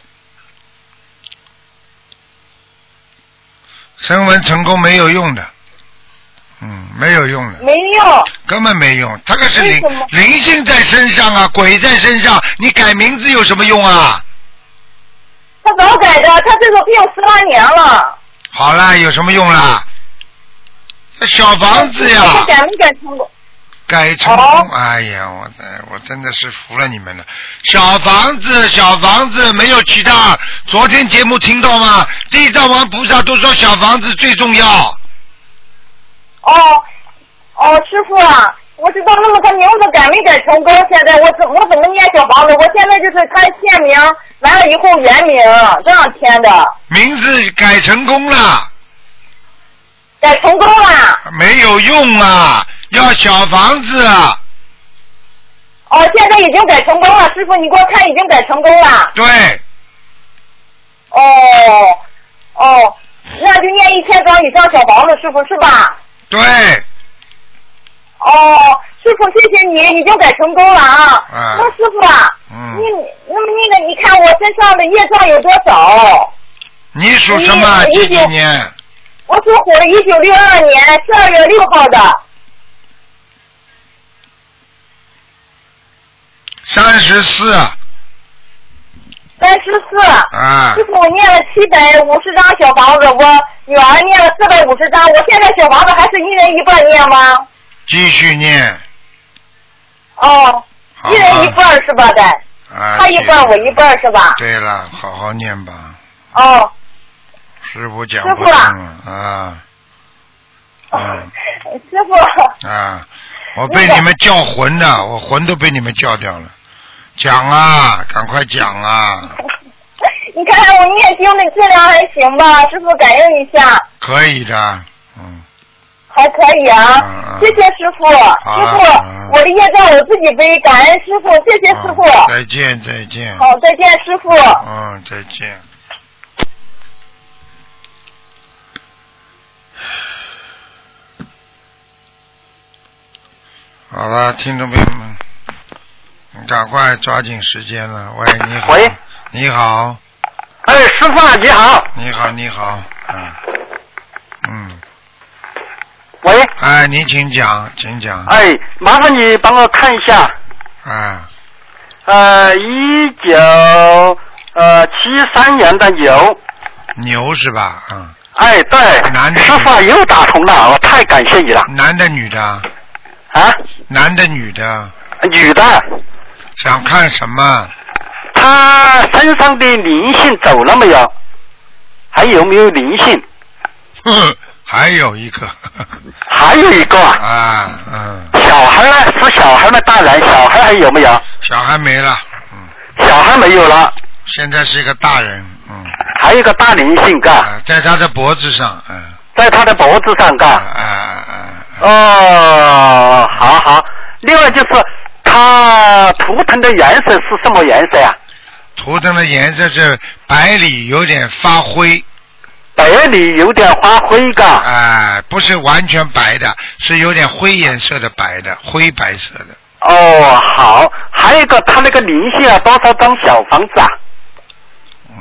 声纹成功没有用的，嗯，没有用的。 没用。 根本没用，这个是灵灵性在身上啊，鬼在身上，你改名字有什么用啊？ 他早改的，他这个病十来年了。 好了，有什么用啦？小房子呀。 他改没改成功？ 改成功，哦、哎呀，我我真的是服了你们了。小房子，小房子没有取到。昨天节目听到吗？地藏王菩萨都说小房子最重要。 哦哦，师傅啊，我知道，那么他名字改没改成功？现在我怎我怎么念小房子？我现在就是他现名完了以后原名这样填的。 名字改成功了。 改成功了。 没有用啊。要小房子。 哦，现在已经改成功了，师傅，你给我看，已经改成功了。 对。 哦哦，那就念一千张以上小房子，师傅是吧？ 对。 哦，师傅，谢谢你，已经改成功了啊。 啊。 那师傅啊， 嗯。 你那么那个，你看我身上的业障有多少？ 你属什么？几几年？ 我属虎的，一九六二年十二月六号的。 三十四。 三十四。 啊。 师傅，我念了七百五十张小房子，我女儿念了四百五十张，我现在小房子还是一人一半念吗？ 继续念。 哦，一人一半是吧？得。 啊。 他一半，我一半是吧？ 对了，好好念吧。 哦。 师傅讲不通了啊。嗯。 师傅。 啊，我被你们叫魂了，我魂都被你们叫掉了。讲啊，赶快讲啊！ 你看看我念经的质量还行吧？师傅感应一下。 可以的，嗯。 还可以啊，嗯、谢谢师傅。师傅，嗯、我的业障我自己背，感恩师傅，谢谢师傅、 嗯。再见，再见。 好，再见，师傅。 嗯，再见。好了，听众朋友们。赶快抓紧时间了，喂，你好。 喂， 你好。 哎，师傅啊，你好。 你好，你好，嗯，嗯。 喂。 哎，你请讲，请讲。 哎，麻烦你帮我看一下。 啊。 呃，一九呃七三年的牛。 牛是吧？嗯。 哎，对。 男的。 师傅啊，又打通了，我太感谢你了。 男的，女的？ 啊。 男的，女的？ 女的。 想看什么？ 他身上的灵性走了没有？还有没有灵性？ 哼，还有一个。 还有一个啊？ 啊，嗯。 小孩呢？是小孩吗？大人？小孩还有没有？ 小孩没了，嗯。 小孩没有了。 现在是一个大人，嗯。 还有一个大灵性干、啊。 在他的脖子上，嗯。 在他的脖子上干。 啊啊啊！ 哦，好好。另外就是。它图腾的颜色是什么颜色呀、啊？ 图腾的颜色是白里有点发灰。 白里有点发灰噶？ 哎、呃，不是完全白的，是有点灰颜色的白的，灰白色的。 哦，好。还有一个，它那个灵性啊，多少张小房子啊？ 嗯，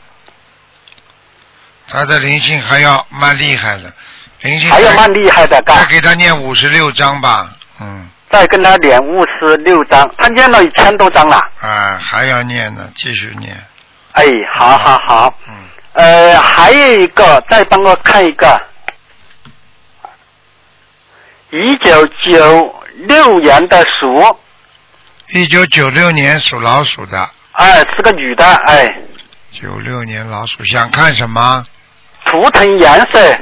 它的灵性还要蛮厉害的，灵性还要蛮厉害的， 再给他念五十六章吧，嗯。 再跟他念五十六章，他念了一千多章了。 啊，还要念呢，继续念。 哎，好好好。 嗯。 呃，还有一个，再帮我看一个，一九九六年的鼠。 一九九六年属老鼠的。 哎，是个女的，哎。 九六年老鼠，想看什么？ 图腾颜色。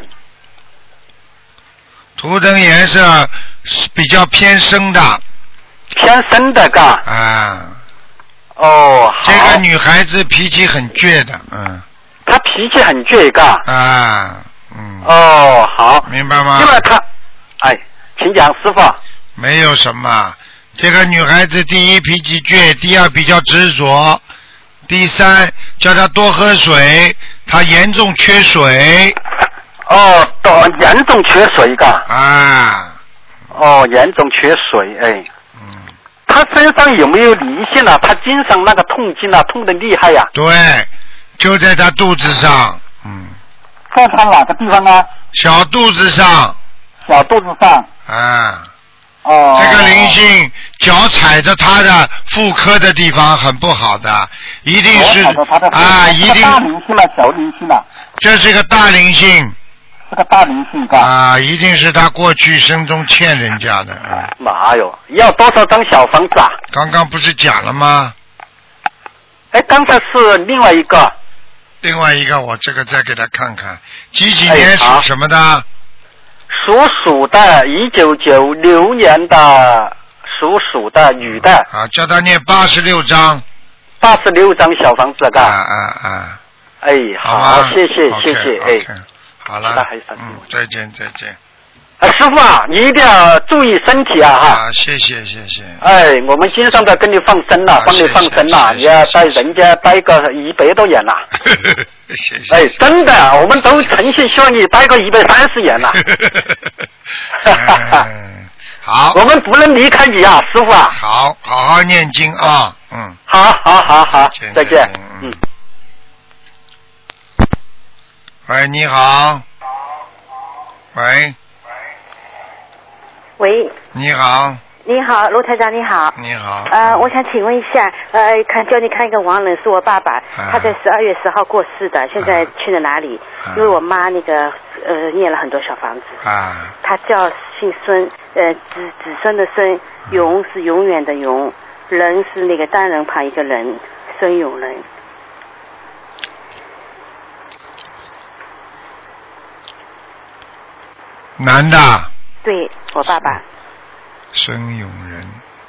图腾颜色是比较偏深的。 偏深的嘎。 啊。 哦，好。 这个女孩子脾气很倔的，嗯。 她脾气很倔嘎。 啊，嗯。 哦，好。 明白吗？ 因为她，哎，请讲，师傅。 没有什么，这个女孩子第一脾气倔，第二比较执着，第三叫她多喝水，她严重缺水。 哦，多严重缺水噶。 啊。 哦，严重缺水，哎。 嗯。 他身上有没有灵性啊？他经常那个痛经啊，痛得厉害呀、啊。 对，就在他肚子上。嗯。 在他哪个地方啊？ 小肚子上。 小肚子上。 啊。 哦。 这个灵性脚踩着他的妇科的地方很不好的，一定是啊，一定。 大灵性了，小灵性了。 这是个大灵性。 是个大灵性啊，一定是他过去生中欠人家的啊。 妈哟，要多少张小房子啊？ 刚刚不是讲了吗？ 哎，刚才是另外一个。 另外一个，我这个再给他看看，几几年属什么的？ 哎、属鼠的，一九九六年的属鼠的女的。 啊，叫他念八十六章。 八十六张小房子， 啊啊啊！ 哎，好，谢谢谢谢，哎。 好了，嗯，再见再见。 啊，师傅啊，你一定要注意身体啊哈。 啊，谢谢谢谢。 哎，我们经常在跟你放生了，帮你放生了，你要在人家待个一百多年了。 谢谢。 哎，真的，我们都诚心希望你待个一百三十年了。 好， 我们不能离开你啊，师傅啊。 好，好好念经啊，嗯。 好好好好，再见。 嗯。喂，你好。喂。 喂。 你好。 你好，卢台长，你好。 你好。 呃，我想请问一下，呃，看叫你看一个亡人，是我爸爸， 啊、 他在十二月十号过世的，现在去了哪里？ 啊、 因为我妈那个呃念了很多小房子。 啊。 他叫姓孙，呃，子子孙的孙，永是永远的永，人是那个单人旁一个人，孙永仁。 男的。 对，我爸爸。 孙永仁，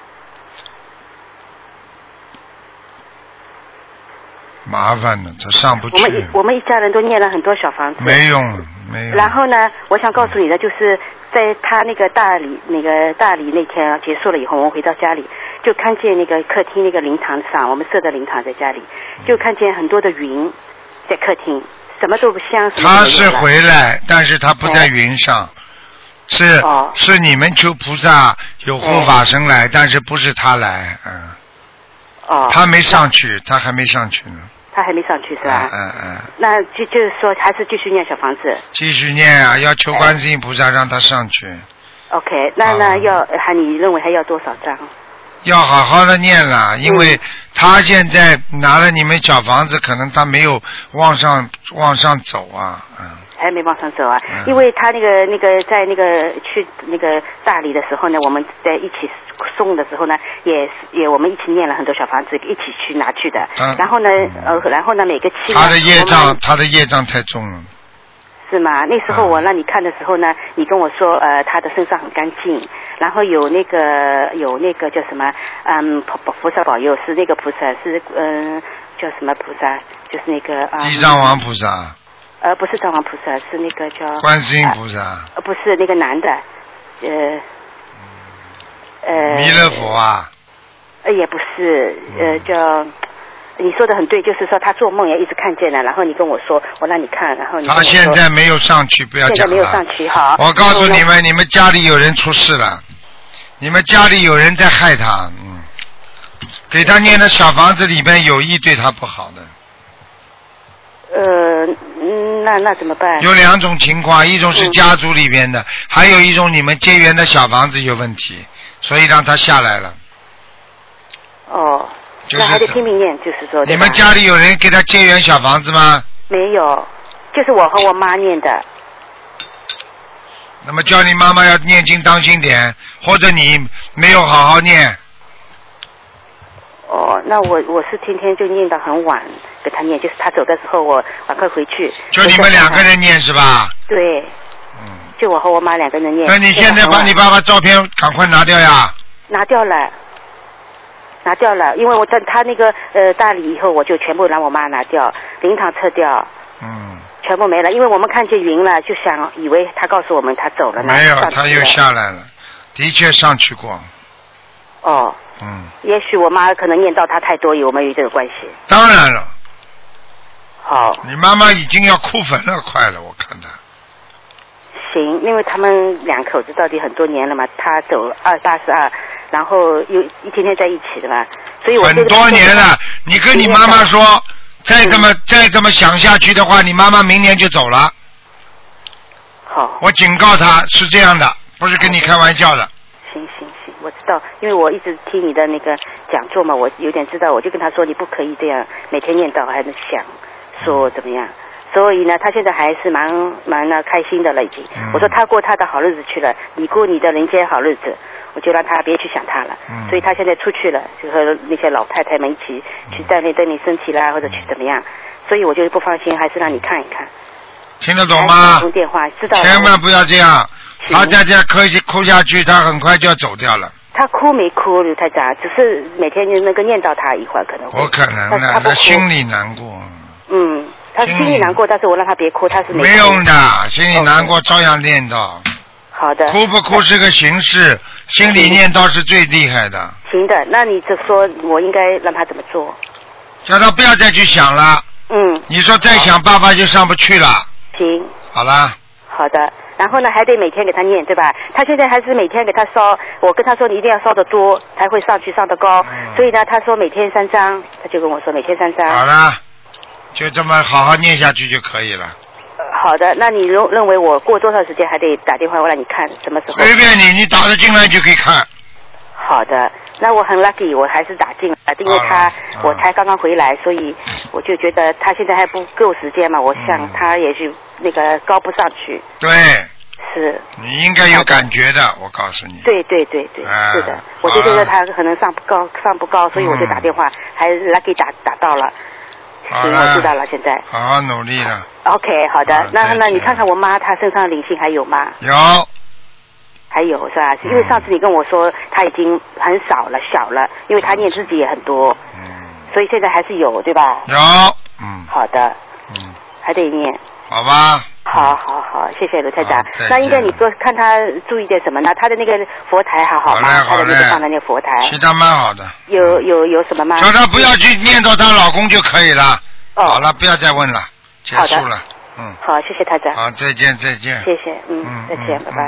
麻烦了，他上不去。 我们我们一家人都念了很多小房子。 没用，没用。 然后呢，我想告诉你的就是，在他那个大理那个大理那天结束了以后，我们回到家里，就看见那个客厅那个灵堂上，我们设的灵堂在家里，就看见很多的云在客厅，什么都不像。 他是回来，但是他不在云上。哦是、哦、是你们求菩萨有护法神来、嗯，但是不是他来，嗯。 哦。 他没上去，他还没上去呢。 他还没上去是吧？ 嗯嗯。嗯那就就是说，还是继续念小房子。 继续念啊，要求观世音菩萨让他上去。 OK， 那那要还你认为还要多少张？ 要好好的念了，因为他现在拿了你们小房子，可能他没有往上往上走啊，嗯。 还没往上走啊，嗯、因为他那个那个在那个去那个大理的时候呢，我们在一起送的时候呢，也也我们一起念了很多小房子，一起去拿去的。嗯、然后呢，呃，然后呢，每个期他的业障，他的业障太重了。 是吗？那时候我让你看的时候呢，嗯、你跟我说，呃，他的身上很干净，然后有那个有那个叫什么，嗯，菩萨保佑，是那个菩萨是嗯、呃、叫什么菩萨？就是那个啊。 地藏王菩萨。 呃，不是藏王菩萨，是那个叫观世音菩萨。 呃，不是那个男的，呃，呃。 弥勒佛啊。 呃，也不是，呃，叫你说的很对，就是说他做梦也一直看见了，然后你跟我说，我让你看，然后你跟我说。 他现在没有上去，不要讲了。 现在没有上去，好。 我告诉你们，你们家里有人出事了，你们家里有人在害他，嗯，给他念的小房子里边有意对他不好的。 呃，那那怎么办？ 有两种情况，一种是家族里边的，嗯、还有一种你们结缘的小房子有问题，所以让他下来了。 哦， 就是、 那还得拼命念，就是说。 你们家里有人给他结缘小房子吗？ 没有，就是我和我妈念的。 那么叫你妈妈要念经当心点，或者你没有好好念。 哦，那我我是天天就念到很晚给他念，就是他走的时候我赶快回去。 就你们两个人念是吧？ 对。嗯。就我和我妈两个人念。 那你现在把你爸爸照片赶快拿掉呀。 拿掉了，拿掉了，因为我在他那个呃大理以后，我就全部让我妈拿掉，灵堂撤掉。 嗯。全部没了，因为我们看见云了，就想以为他告诉我们他走了呢。 没有，他又下来了，的确上去过。 哦。 嗯， 也许我妈可能念到他太多，有没有这个关系？ 当然了。 好。 你妈妈已经要哭坟了，快了，我看她。 行，因为他们两口子到底很多年了嘛，他走二八十二，然后又一天天在一起的嘛，所以我很多年了。你跟你妈妈说，再这么、嗯、再这么想下去的话，你妈妈明年就走了。 好。 我警告她是这样的，不是跟你开玩笑的。 行行行，我知道，因为我一直听你的那个讲座嘛，我有点知道，我就跟他说你不可以这样每天念叨还能想说怎么样，所以呢，他现在还是蛮蛮呢开心的了已经。嗯、我说他过他的好日子去了，你过你的人间好日子，我就让他别去想他了。嗯、所以他现在出去了，就和那些老太太们一起去锻炼锻炼身体啦，或者去怎么样，所以我就不放心，还是让你看一看。 听得懂吗？ 通电话知道。 千万不要这样。他再这样哭哭下去，他很快就要走掉了。 他哭没哭，刘太长，只是每天就那个念叨他一会儿可能会。 我可能的，他心里难过。 嗯，他心里难过，但是我让他别哭，他是没。 没用的，心里难过照样念叨。 好的。 哭不哭是个形式，心里念叨是最厉害的。 行的，那你就说我应该让他怎么做？ 叫他不要再去想了。 嗯。 你说再想，爸爸就上不去了。 行。 好了。 好的。 然后呢还得每天给他念，对吧？他现在还是每天给他烧，我跟他说你一定要烧得多才会上去上得高， 嗯、 所以呢他说每天三张，他就跟我说每天三张。 好了，就这么好好念下去就可以了。 好的，那你认认为我过多少时间还得打电话过来你看什么时候？ 随便你，你打得进来就可以看。 好的，那我很 lucky， 我还是打进了，因为他、嗯、我才刚刚回来，所以我就觉得他现在还不够时间嘛，我想他也是那个高不上去。 对。 是。 你应该有感觉的，我告诉你。 对对对对，啊、是的，我就觉得他可能上不高，上不高，所以我就打电话，嗯、还 lucky 打打到了。 好了，我知道了，现在。 好好努力了。 OK， 好的，那那你看看我妈，她身上的灵性还有吗？ 有。 还有是吧？因为上次你跟我说她已经很少了，小了，因为她念自己也很多，嗯，所以现在还是有，对吧？ 有，嗯。 好的， 嗯， 还得念。 好吧。 好好好，谢谢卢台长。那应该你说看他注意点什么呢？他的那个佛台还好吗？他的那个放的那个佛台。 其他蛮好的。 有有有什么吗？ 叫他不要去念叨她老公就可以了。哦。好了，不要再问了，结束了。嗯。 好，谢谢台长。 好，再见再见。 谢谢，嗯，嗯再见，嗯、拜拜。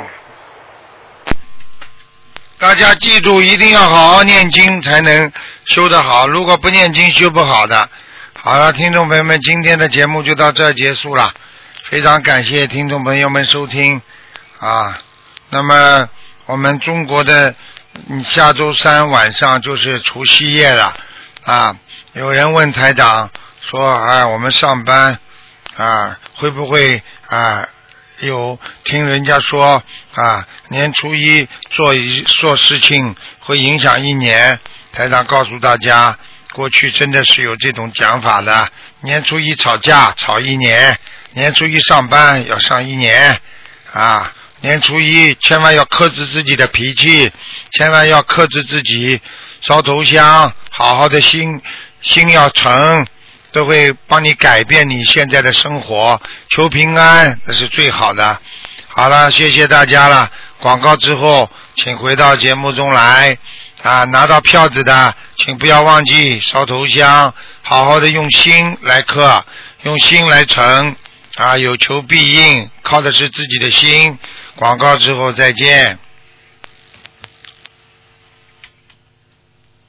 大家记住，一定要好好念经才能修得好，如果不念经修不好的。好了，听众朋友们，今天的节目就到这儿结束了。非常感谢听众朋友们收听啊！那么我们中国的下周三晚上就是除夕夜了啊！有人问台长说：“哎，我们上班啊，会不会啊有听人家说啊年初一做一做事情会影响一年？”台长告诉大家，过去真的是有这种讲法的，年初一吵架吵一年。年初一上班要上一年啊！年初一千万要克制自己的脾气，千万要克制自己，烧头香，好好的心心要诚，都会帮你改变你现在的生活。求平安，这是最好的。好了，谢谢大家了。广告之后，请回到节目中来啊！拿到票子的，请不要忘记烧头香，好好的用心来克，用心来诚。啊，有求必应，靠的是自己的心。广告之后再见。